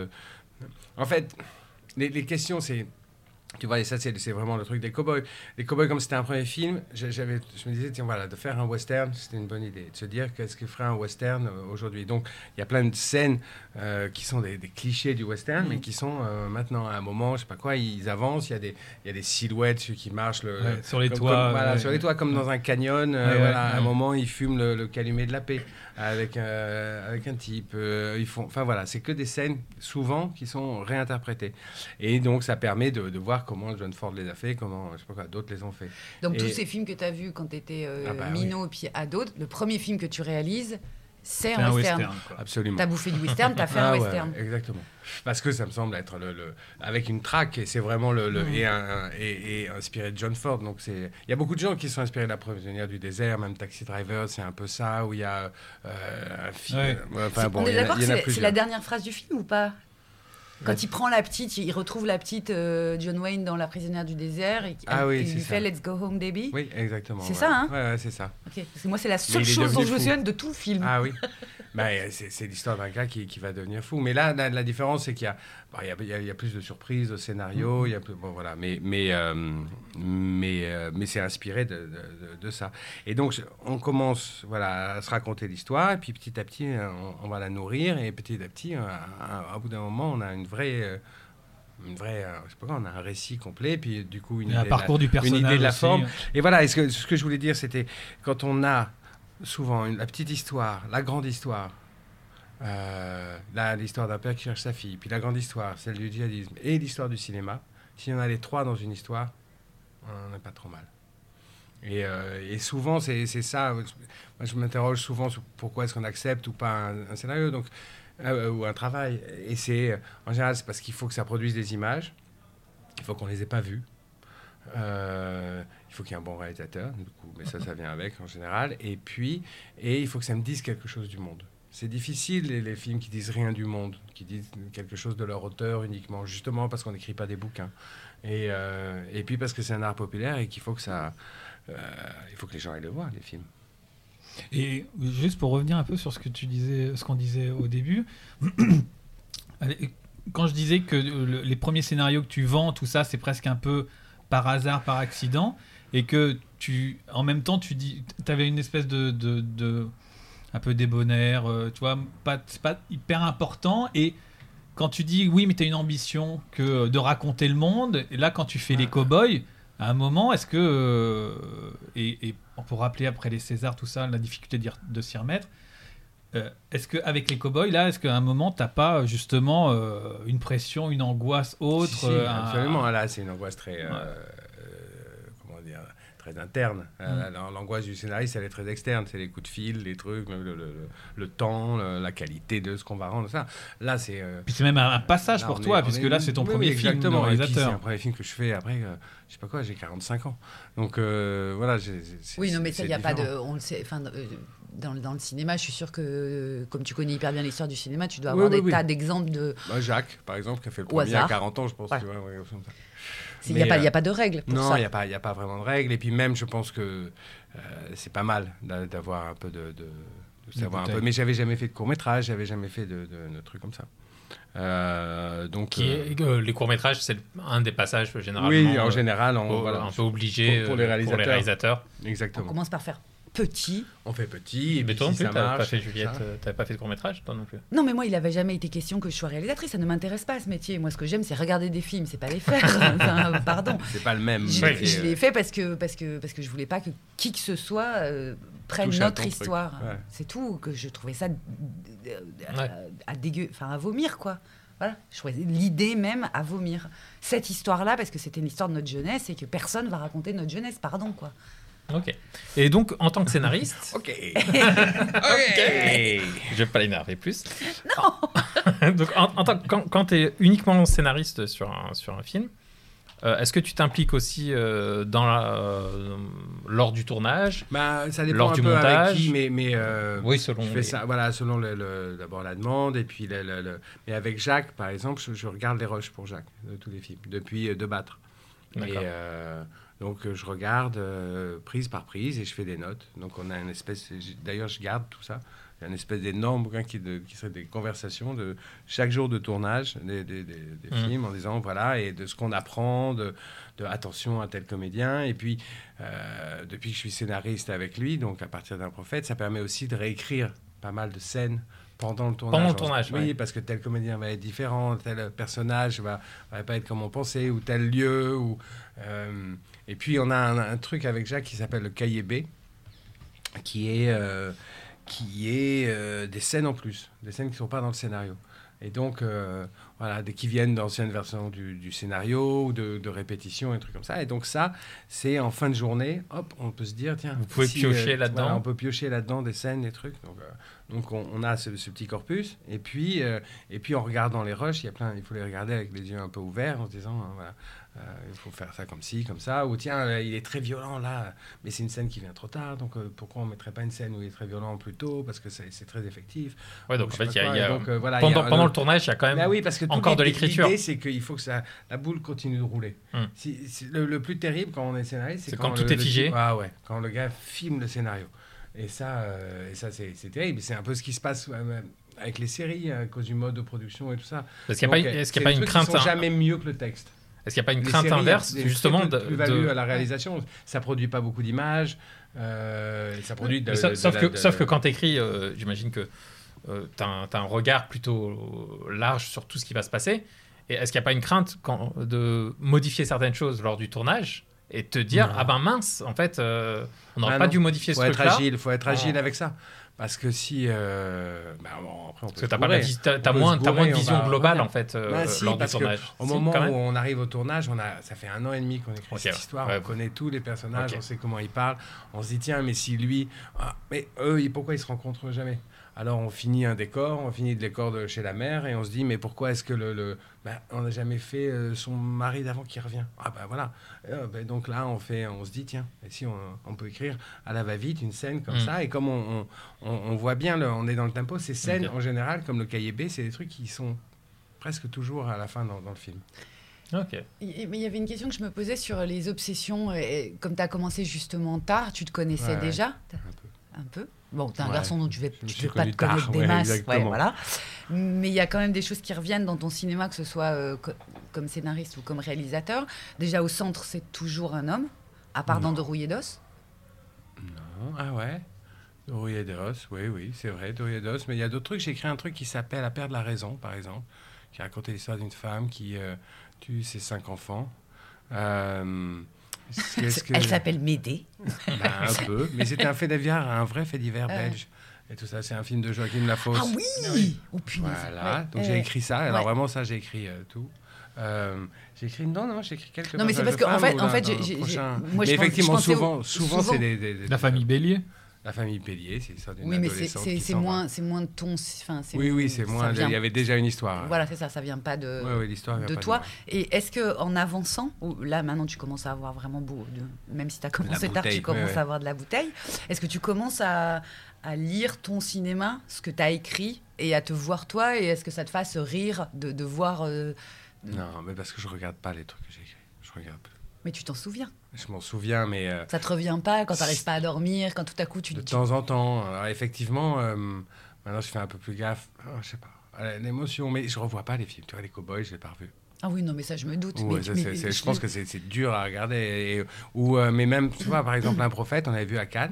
En fait, les questions, c'est... Tu vois, et ça, c'est vraiment le truc des cow-boys. Les cow-boys, comme c'était un premier film, je me disais, tiens, voilà, de faire un western, c'était une bonne idée. De se dire, qu'est-ce que ferait un western aujourd'hui? Donc, il y a plein de scènes qui sont des clichés du western, mais qui sont maintenant, à un moment, je sais pas quoi, ils avancent, il y a des silhouettes qui marchent sur les toits. Sur les toits, comme dans un canyon. À un moment, ils fument le calumet de la paix avec un type. Enfin, voilà, c'est que des scènes, souvent, qui sont réinterprétées. Et donc, ça permet de voir comment John Ford les a fait, comment je sais pas quoi, d'autres les ont fait. Donc tous ces films que tu as vus quand tu étais minot et puis ado, le premier film que tu réalises, c'est un western. Absolument. Tu as bouffé du western, tu as fait un western. Ouais, exactement. Parce que ça me semble être avec une traque, et c'est vraiment et inspiré de John Ford. Donc il y a beaucoup de gens qui sont inspirés de La Prisonnière du désert, même Taxi Driver, c'est un peu ça, où il y a un film. On est d'accord que c'est la dernière phrase du film ou pas? Quand il prend la petite, il retrouve la petite John Wayne dans La Prisonnière du désert et il lui fait Let's Go Home Baby. Oui, exactement. C'est ça, hein? Ouais, c'est ça. Okay. Parce que moi, c'est la seule chose dont je me souviens de tout le film. Ah oui. c'est l'histoire d'un gars qui va devenir fou. Mais là, la différence, c'est qu'il y a plus de surprises au scénario. Il y a plus, bon, voilà. Mais c'est inspiré de ça. Et donc, on commence à se raconter l'histoire. Et puis, petit à petit, on va la nourrir. Et petit à petit, à bout d'un moment, on a une vraie, je sais pas quoi, on a un récit complet, puis du coup une idée de la forme. Et voilà, ce que je voulais dire, c'était quand on a souvent la petite histoire, la grande histoire, l'histoire d'un père qui cherche sa fille, puis la grande histoire, celle du djihadisme, et l'histoire du cinéma, si on a les trois dans une histoire, on n'est pas trop mal. Et souvent, c'est ça. Moi, je m'interroge souvent sur pourquoi est-ce qu'on accepte ou pas un scénario. Donc, ou un travail. Et en général, c'est parce qu'il faut que ça produise des images. Il faut qu'on les ait pas vues. Il faut qu'il y ait un bon réalisateur, du coup, mais ça vient avec en général. Et il faut que ça me dise quelque chose du monde. C'est difficile, les films qui disent rien du monde, qui disent quelque chose de leur auteur uniquement, justement parce qu'on n'écrit pas des bouquins. Et puis parce que c'est un art populaire et qu'il faut que il faut que les gens aillent le voir, les films. Et juste pour revenir un peu sur ce qu'on disait au début, quand je disais que les premiers scénarios que tu vends, tout ça, c'est presque un peu par hasard, par accident, et que en même temps, tu avais une espèce de un peu débonnaire, tu vois, c'est pas hyper important. Et quand tu dis oui, mais tu as une ambition que de raconter le monde, et là, quand tu fais les cow-boys, à un moment, est-ce que et on peut rappeler après les Césars, tout ça, la difficulté de s'y remettre. Est-ce qu'avec les cow-boys, là, est-ce qu'à un moment, t'as pas justement une pression, une angoisse autre? Si, absolument. Là, c'est une angoisse très, comment dire, très interne. L'angoisse du scénariste, elle est très externe. C'est les coups de fil, les trucs, le temps, la qualité de ce qu'on va rendre. Ça. Là, c'est. Puis c'est même un passage pour toi, puisque là, c'est ton premier film de réalisateur. C'est un premier film que je fais après. Je sais pas quoi, j'ai 45 ans. Donc voilà. Oui, non, mais ça, il n'y a pas de. On le sait. Enfin, dans le cinéma, je suis sûr que, comme tu connais hyper bien l'histoire du cinéma, tu dois avoir des tas d'exemples de. Jacques, par exemple, qui a fait le premier à 40 ans, je pense. Ouais. Tu vois, il n'y a pas de règles pour ça. Non, il n'y a pas vraiment de règles. Et puis même, je pense que c'est pas mal d'avoir un peu de savoir un peu. Mais j'avais jamais fait de court-métrage, j'avais jamais fait de trucs comme ça. Les courts-métrages, c'est un des passages généralement. Oui, en général, un peu obligé pour les réalisateurs. Exactement. On commence par faire petit. On fait petit. Mais toi non plus, t'avais pas fait Juliette, t'avais pas fait de court-métrage, toi non plus. Non, mais moi, il avait jamais été question que je sois réalisatrice. Ça ne m'intéresse pas, ce métier. Moi, ce que j'aime, c'est regarder des films, c'est pas les faire. Pardon. C'est pas le même. Je l'ai fait parce que je voulais pas que qui que ce soit prenne notre histoire. Ouais. C'est tout. Que je trouvais ça à vomir, quoi. Voilà, je trouvais l'idée même à vomir. Cette histoire-là, parce que c'était une histoire de notre jeunesse et que personne va raconter notre jeunesse, pardon, quoi. Ok. Et donc, en tant que scénariste... Ok. Je vais pas l'énerver plus. Non. Donc, quand tu es uniquement scénariste sur un film, est-ce que tu t'impliques aussi lors du tournage, ça dépend lors un du peu montage, avec qui, mais oui, selon je fais ça, voilà, selon d'abord la demande, et puis mais avec Jacques, par exemple, je regarde les rushs pour Jacques de tous les films depuis De Battre. D'accord. Et donc je regarde prise par prise et je fais des notes. Donc on a une espèce, d'ailleurs je garde tout ça. Il y a une espèce d'énorme bouquin qui serait des conversations de chaque jour de tournage des films, en disant voilà, et de ce qu'on apprend, de attention à tel comédien. Et puis depuis que je suis scénariste avec lui, donc à partir d'un prophète, ça permet aussi de réécrire pas mal de scènes pendant le tournage. Oui, parce que tel comédien va être différent, tel personnage va pas être comme on pensait, ou tel lieu. Et puis on a un truc avec Jacques qui s'appelle le cahier B, qui est des scènes en plus, des scènes qui ne sont pas dans le scénario. Et donc, qui viennent d'anciennes versions du scénario, ou de répétitions, et trucs comme ça. Et donc ça, c'est en fin de journée, hop, on peut se dire, tiens... Vous pouvez piocher là-dedans. Voilà, on peut piocher là-dedans des scènes, des trucs. Donc on a ce petit corpus. Et puis en regardant les rushs, il faut les regarder avec les yeux un peu ouverts, en se disant, il faut faire ça comme ci, comme ça. Ou tiens, il est très violent là, mais c'est une scène qui vient trop tard. Donc pourquoi on ne mettrait pas une scène où il est très violent plus tôt, parce que c'est très effectif. Ouais, donc en fait, pendant le tournage, il y a quand même encore de l'écriture. L'idée, c'est qu'il faut que la boule continue de rouler. Le plus terrible quand on est scénariste, c'est quand tout est figé. Quand le gars filme le scénario. Et ça c'est terrible. C'est un peu ce qui se passe avec les séries à cause du mode de production et tout ça. Est-ce qu'il n'y a pas une crainte jamais mieux que le texte. Est-ce qu'il n'y a pas une crainte inverse justement de plus-value à la réalisation? Ça produit pas beaucoup d'images. Ça produit sauf que quand tu écris, j'imagine que tu as un regard plutôt large sur tout ce qui va se passer. Et est-ce qu'il n'y a pas une crainte de modifier certaines choses lors du tournage et te dire ah ben mince, en fait, on n'aurait pas dû modifier ce truc-là. Il faut être agile avec ça. Parce que si... après on peut t'as moins de vision globale, en fait, lors du tournage. Au moment où on arrive au tournage, ça fait 1 an et demi qu'on écrit cette histoire, on connaît tous les personnages, on sait comment ils parlent, on se dit, tiens, mais si lui... mais eux, pourquoi ils se rencontrent jamais? Alors on finit le décor de chez la mère, et on se dit, mais pourquoi est-ce que on n'a jamais fait son mari d'avant qui revient? Ah ben voilà. Donc là, on se dit, tiens, et si on peut écrire à la va-vite une scène comme ça, et comme on voit bien, on est dans le tempo, ces scènes, en général, comme le cahier B, c'est des trucs qui sont presque toujours à la fin dans le film. Okay. Mais il y avait une question que je me posais sur les obsessions. Et comme tu as commencé justement tard, tu te connaissais déjà un peu. Bon, t'es un garçon dont tu ne veux pas te connaître des masses. Voilà. Mais il y a quand même des choses qui reviennent dans ton cinéma, que ce soit comme scénariste ou comme réalisateur. Déjà, au centre, c'est toujours un homme, à part dans De Rouillé d'os. Non, ah ouais. De Rouillé d'os, oui, c'est vrai, De Rouillé d'os. Mais il y a d'autres trucs. J'ai écrit un truc qui s'appelle À perdre la raison, par exemple, qui racontait l'histoire d'une femme qui tue ses 5 enfants. Elle s'appelle Médée. Un peu, mais c'était un vrai fait divers belge. Et tout ça, c'est un film de Joachim Lafosse. Ah oui, Oh punaise. Voilà, donc j'ai écrit ça. Alors vraiment, ça, j'ai écrit tout. J'ai écrit quelques. Non, mais c'est parce qu'en fait, moi, mais effectivement, souvent, c'est la famille Bélier. La famille Bélier, c'est ça. Oui, mais c'est moins ton. Oui, c'est moins. Il y avait déjà une histoire. Voilà, c'est ça. Ça vient pas de l'histoire de toi. Et est-ce que en avançant, là maintenant tu commences à avoir vraiment même si tu as commencé tard, tu commences à avoir de la bouteille. Est-ce que tu commences à lire ton cinéma, ce que tu as écrit, et à te voir toi, et est-ce que ça te fasse rire de voir Non, mais parce que je regarde pas les trucs que j'ai écrits. Je regarde plus. Mais tu t'en souviens? Je m'en souviens, mais... Ça te revient pas quand t'arrives pas à dormir, quand tout à coup tu... De temps en temps. Alors, effectivement, maintenant je fais un peu plus gaffe. Je sais pas. L'émotion, mais je revois pas les films. Tu vois, les Cowboys, je l'ai pas revu. Ah oui, non, mais ça, je me doute. Je pense que c'est dur à regarder. Mais même, tu vois, par exemple, Un prophète, on avait vu à Cannes.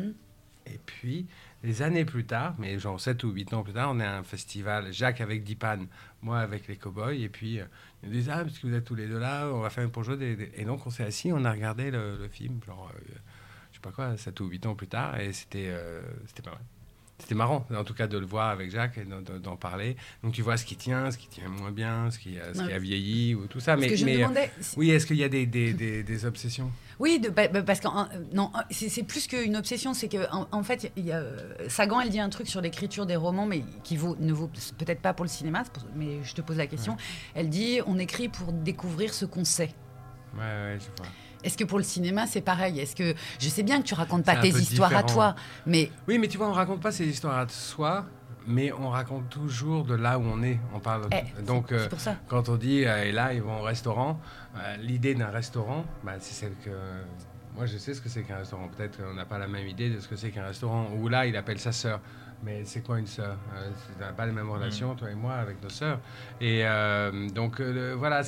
Et puis, des années plus tard, mais genre 7 ou 8 ans plus tard, on est à un festival, Jacques avec Dipan, moi avec les Cowboys, et puis ils nous disent, parce que vous êtes tous les deux là, on va faire pour jouer Et donc on s'est assis, on a regardé le film, genre, je sais pas quoi, 7 ou 8 ans plus tard, et c'était pas mal. C'était marrant, en tout cas, de le voir avec Jacques et d'en parler. Donc, tu vois ce qui tient moins bien, ce qui a vieilli, ou tout ça. Mais oui, est-ce qu'il y a des obsessions? Oui, parce que c'est plus qu'une obsession. C'est qu'en fait, Sagan, elle dit un truc sur l'écriture des romans, mais qui ne vaut peut-être pas pour le cinéma, mais je te pose la question. Ouais. Elle dit, on écrit pour découvrir ce qu'on sait. Ouais, je vois. Est-ce que pour le cinéma, c'est pareil? Est-ce que je sais bien que tu racontes pas tes histoires différent. À toi, mais... Oui, mais tu vois, on raconte pas ces histoires à soi, mais on raconte toujours de là où on est. On parle. Donc, c'est pour ça. Quand on dit et là, ils vont au restaurant, l'idée d'un restaurant, c'est celle que... Moi, je sais ce que c'est qu'un restaurant. Peut-être qu'on n'a pas la même idée de ce que c'est qu'un restaurant. Ou là, il appelle sa sœur. Mais c'est quoi une sœur? On n'a pas les mêmes relations, toi et moi, avec nos sœurs. Et donc, voilà,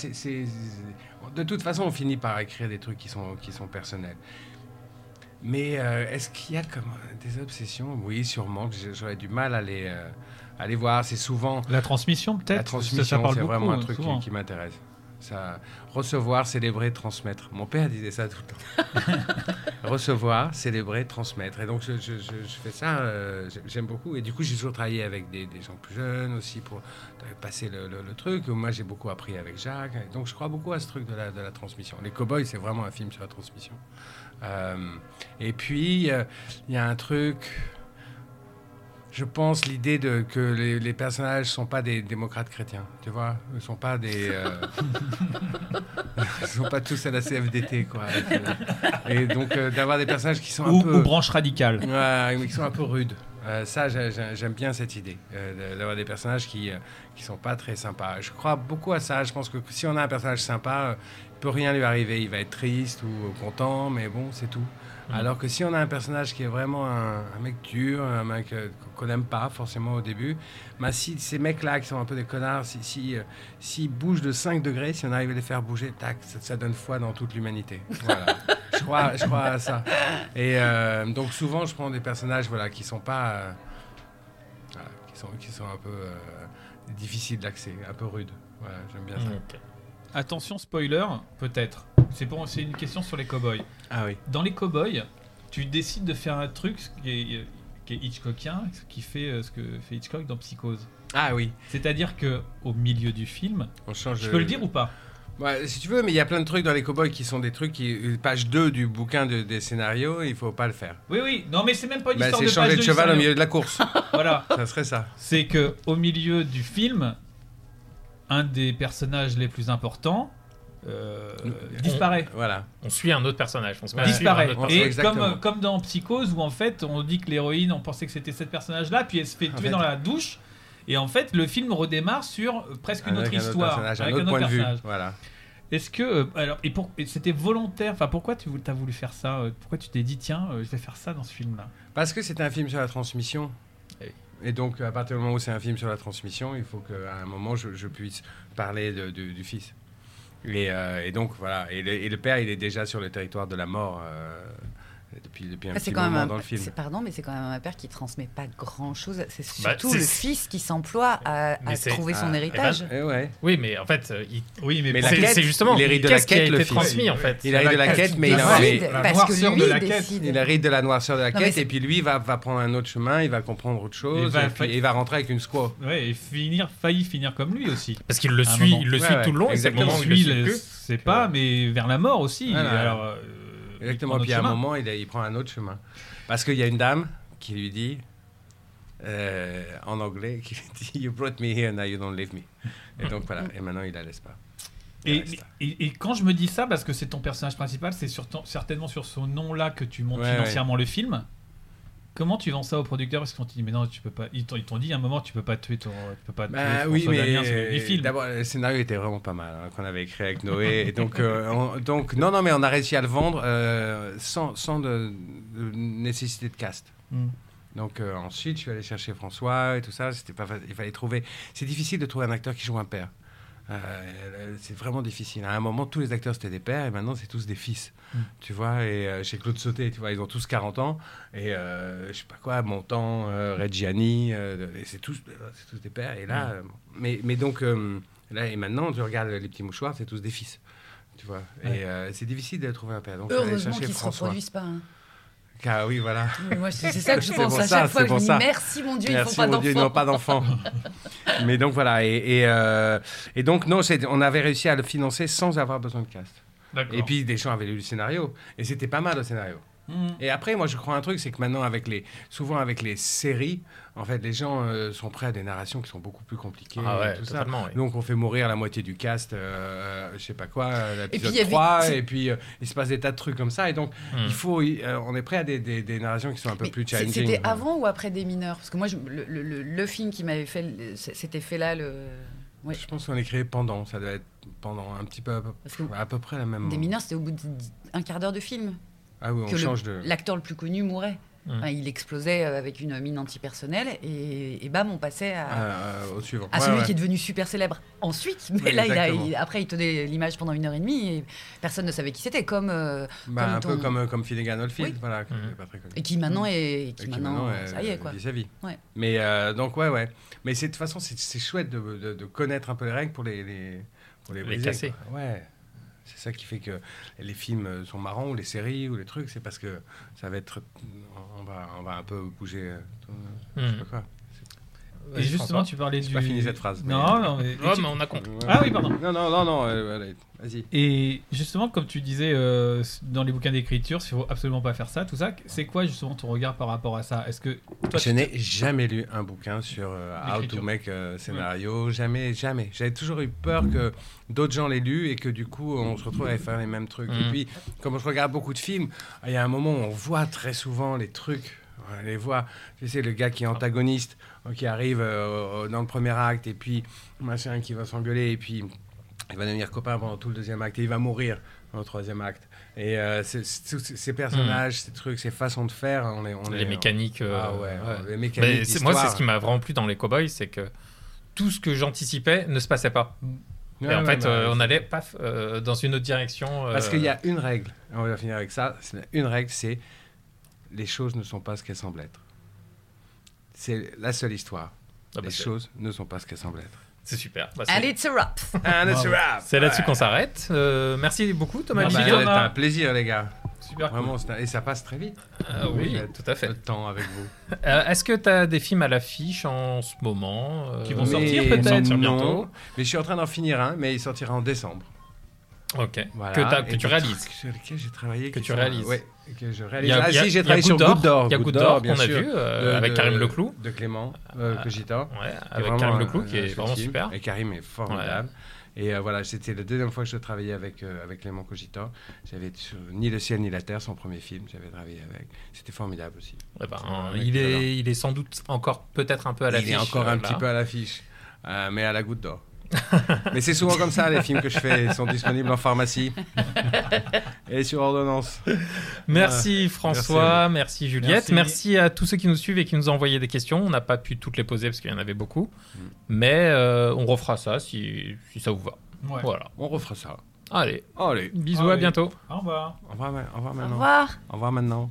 de toute façon, on finit par écrire des trucs qui sont personnels. Mais est-ce qu'il y a comme des obsessions? Oui, sûrement, que j'aurais du mal à les voir. C'est souvent... La transmission, peut-être? La transmission, c'est vraiment un truc qui m'intéresse. Ça, recevoir, célébrer, transmettre. Mon père disait ça tout le temps. Recevoir, célébrer, transmettre. Et donc, je fais ça, j'aime beaucoup. Et du coup, j'ai toujours travaillé avec des gens plus jeunes aussi pour passer le truc. Moi, j'ai beaucoup appris avec Jacques. Et donc, je crois beaucoup à ce truc de la transmission. Les Cowboys, c'est vraiment un film sur la transmission. Et puis, il y a un truc... Je pense l'idée que les personnages ne sont pas des démocrates chrétiens, tu vois. Ils ne sont pas des... ils ne sont pas tous à la CFDT, quoi. Et donc, d'avoir des personnages qui sont un peu... Ou branche radicale. Qui sont un peu rudes. Ça, j'aime bien cette idée, d'avoir des personnages qui ne sont pas très sympas. Je crois beaucoup à ça. Je pense que si on a un personnage sympa, il ne peut rien lui arriver. Il va être triste ou content, mais bon, c'est tout. Alors que si on a un personnage qui est vraiment un mec dur, un mec qu'on n'aime pas forcément au début, si ces mecs-là qui sont un peu des connards, s'ils bougent de 5 degrés, si on arrive à les faire bouger, tac, ça donne foi dans toute l'humanité. Voilà. je crois à ça. Et donc souvent, je prends des personnages qui sont pas... qui sont un peu difficiles d'accès, un peu rudes. Voilà, j'aime bien ça. Okay. Attention, spoiler, peut-être. C'est une question sur les cow-boys. Ah oui. Dans les cow-boys, tu décides de faire un truc qui est Hitchcockien, qui fait ce que fait Hitchcock dans Psychose. Ah oui. C'est-à-dire qu'au milieu du film, on change. Je peux le dire ou pas? Ouais, si tu veux, mais il y a plein de trucs dans les cow-boys qui sont des trucs page 2 du bouquin des scénarios, il faut pas le faire. Oui, non mais c'est même pas une histoire de page 2. C'est changer de cheval au milieu de la course. Voilà. Ça serait ça. C'est que au milieu du film, un des personnages les plus importants disparaît. Voilà. On suit un autre personnage. Disparaît. Et comme dans Psychose, où en fait on dit que l'héroïne, on pensait que c'était cette personnage-là, puis elle se fait tuer dans la douche. Et en fait, le film redémarre sur presque une autre histoire, avec un autre point de vue. Voilà. Est-ce que c'était volontaire? Enfin, pourquoi tu as voulu faire ça? Pourquoi tu t'es dit tiens, je vais faire ça dans ce film-là? Parce que c'est un film sur la transmission. Et donc, à partir du moment où c'est un film sur la transmission, il faut qu'à un moment je puisse parler du fils. Et donc voilà. Et le père, il est déjà sur le territoire de la mort. Depuis un petit moment dans le film. Pardon, mais c'est quand même un père qui transmet pas grand-chose. C'est surtout le fils qui s'emploie à trouver son héritage. Oui, mais en fait, c'est justement il hérite de la quête, le transmis en fait. Il hérite de la quête, mais parce que lui décide. Il hérite de la noirceur de la quête, et puis lui va prendre un autre chemin, il va comprendre autre chose, et il va rentrer avec une squaw. Ouais, et failli finir comme lui aussi. Parce qu'il le suit, tout le long. Exactement. Il c'est pas, mais vers la mort aussi. Alors. Exactement, puis à un moment, il prend un autre chemin. Parce qu'il y a une dame qui lui dit, en anglais, qui dit « You brought me here, now you don't leave me ». Et donc voilà, et maintenant il la laisse pas. Et quand je me dis ça, parce que c'est ton personnage principal, c'est certainement sur ce nom-là que tu montes financièrement le film. Comment tu vends ça aux producteurs? Parce qu'ils t'ont dit mais non, tu peux pas. Ils t'ont dit à un moment tu peux pas tuer tuer oui, mais Damien, du film. D'abord le scénario était vraiment pas mal qu'on avait écrit avec Noé, et donc non mais on a réussi à le vendre sans de nécessité de cast. Donc ensuite je suis allé chercher François et tout ça, c'était pas facile, il fallait trouver. C'est difficile de trouver un acteur qui joue un père. C'est vraiment difficile. À un moment, tous les acteurs c'était des pères, et maintenant c'est tous des fils. Tu vois, et chez Claude Sauté, tu vois, ils ont tous 40 ans, et je sais pas quoi, Montand, Reggiani, et c'est tous des pères. Et là, mais donc là et maintenant, tu regardes Les Petits Mouchoirs, c'est tous des fils. Tu vois, et c'est difficile de trouver un père. Donc heureusement qu'ils ne se reproduisent pas. Ah oui, voilà. Moi, c'est ça que je pense à chaque fois. Je me dis merci mon Dieu, merci, ils n'ont pas d'enfants. Mais donc voilà, et donc non, on avait réussi à le financer sans avoir besoin de cast. D'accord. Et puis des gens avaient lu le scénario, et c'était pas mal le scénario. Et après, moi je crois un truc, c'est que maintenant souvent avec les séries, en fait, les gens sont prêts à des narrations qui sont beaucoup plus compliquées. Ah ouais, tout totalement. Ça. Oui. Donc on fait mourir la moitié du cast, je sais pas quoi, l'épisode 3, et puis il se passe des tas de trucs comme ça, et donc on est prêt à des narrations qui sont un peu plus challenging. C'était avant ou après Des Mineurs? Parce que moi, le film qui m'avait fait cet effet-là, Ouais. Je pense qu'on est créé pendant, ça doit être pendant un petit peu à peu près la même. Des Mineurs, c'était au bout d'un quart d'heure de film. Ah oui, on change de. L'acteur le plus connu mourait. Enfin, il explosait avec une mine antipersonnelle, et bam, on passait au suivant. À celui qui est devenu super célèbre ensuite. Mais là, après, il tenait l'image pendant 1h30 et personne ne savait qui c'était. Comme Finnegan Oldfield, voilà, qui n'est pas très connu. Et qui maintenant ça y est, quoi. Vit sa vie. Ouais. Mais donc, ouais. Mais de toute façon, c'est chouette de connaître un peu les règles pour les casser. Ouais. C'est ça qui fait que les films sont marrants, ou les séries, ou les trucs, c'est parce que ça va être... On va un peu bouger... Je sais pas quoi. Et justement, tu parlais du... J'ai pas fini cette phrase. Non, mais on a compris. Ah oui, pardon. Non, allez, vas-y. Et justement, comme tu disais dans les bouquins d'écriture, il faut absolument pas faire ça, tout ça. C'est quoi justement ton regard par rapport à ça? Est-ce que toi, je n'ai jamais lu un bouquin sur how to make scénario, jamais. J'avais toujours eu peur que d'autres gens l'aient lu et que du coup on se retrouve à faire les mêmes trucs. Et puis, comme je regarde beaucoup de films, il y a un moment où on voit très souvent les trucs. On les voit, tu sais, le gars qui est antagoniste, qui arrive dans le premier acte, et puis machin qui va s'engueuler, et puis il va devenir copain pendant tout le deuxième acte, et il va mourir. au troisième acte. Et ces personnages, ces trucs, ces façons de faire, les mécaniques. Les mécaniques. Moi, c'est ce qui m'a vraiment plu dans les Cowboys, c'est que tout ce que j'anticipais ne se passait pas. Et en fait, on allait dans une autre direction. Parce qu'il y a une règle, on va finir avec ça. Une règle, c'est les choses ne sont pas ce qu'elles semblent être. C'est la seule histoire. Les choses ne sont pas ce qu'elles semblent être. C'est super. And it's a wrap. C'est là-dessus qu'on s'arrête. Merci beaucoup, Thomas. C'était un plaisir, les gars. Super. Vraiment, et ça passe très vite. Oui, tout à fait. Le temps avec vous. Est-ce que tu as des films à l'affiche en ce moment qui vont sortir peut-être bientôt? Mais je suis en train d'en finir un, mais il sortira en décembre. Ok. Voilà. Que tu réalises. Sur lesquels j'ai travaillé. Que tu réalises. Oui, que je réalise. J'ai travaillé sur Goutte d'Or. Il y a Goutte d'Or qu'on a vu avec Karim Leclou. De Clément Cogita. Avec Karim Leclou qui est vraiment super. Et Karim est formidable. Et voilà, c'était la deuxième fois que je travaillais avec Clément Cogita. J'avais ni le ciel ni la terre, son premier film, j'avais travaillé avec. C'était formidable aussi. Il est sans doute encore peut-être un peu à l'affiche. Il est encore un petit peu à l'affiche, mais à la Goutte d'Or. Mais c'est souvent comme ça, les films que je fais sont disponibles en pharmacie et sur ordonnance. Merci François, merci Juliette, merci à tous ceux qui nous suivent et qui nous ont envoyé des questions. On n'a pas pu toutes les poser parce qu'il y en avait beaucoup, mais on refera ça si ça vous va. Ouais. Voilà, on refera ça. Allez. Bisous, à bientôt. Au revoir. Au revoir maintenant. Au revoir. Au revoir maintenant.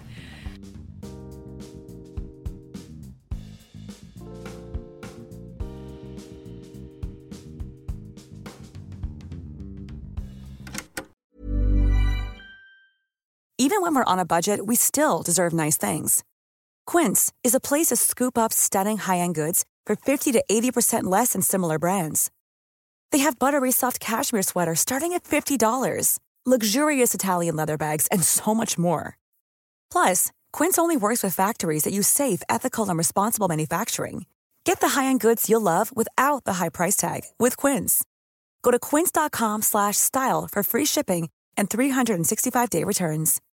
Even when we're on a budget, we still deserve nice things. Quince is a place to scoop up stunning high-end goods for 50 to 80% less than similar brands. They have buttery soft cashmere sweaters starting at $50, luxurious Italian leather bags, and so much more. Plus, Quince only works with factories that use safe, ethical, and responsible manufacturing. Get the high-end goods you'll love without the high price tag with Quince. Go to quince.com/style for free shipping and 365-day returns.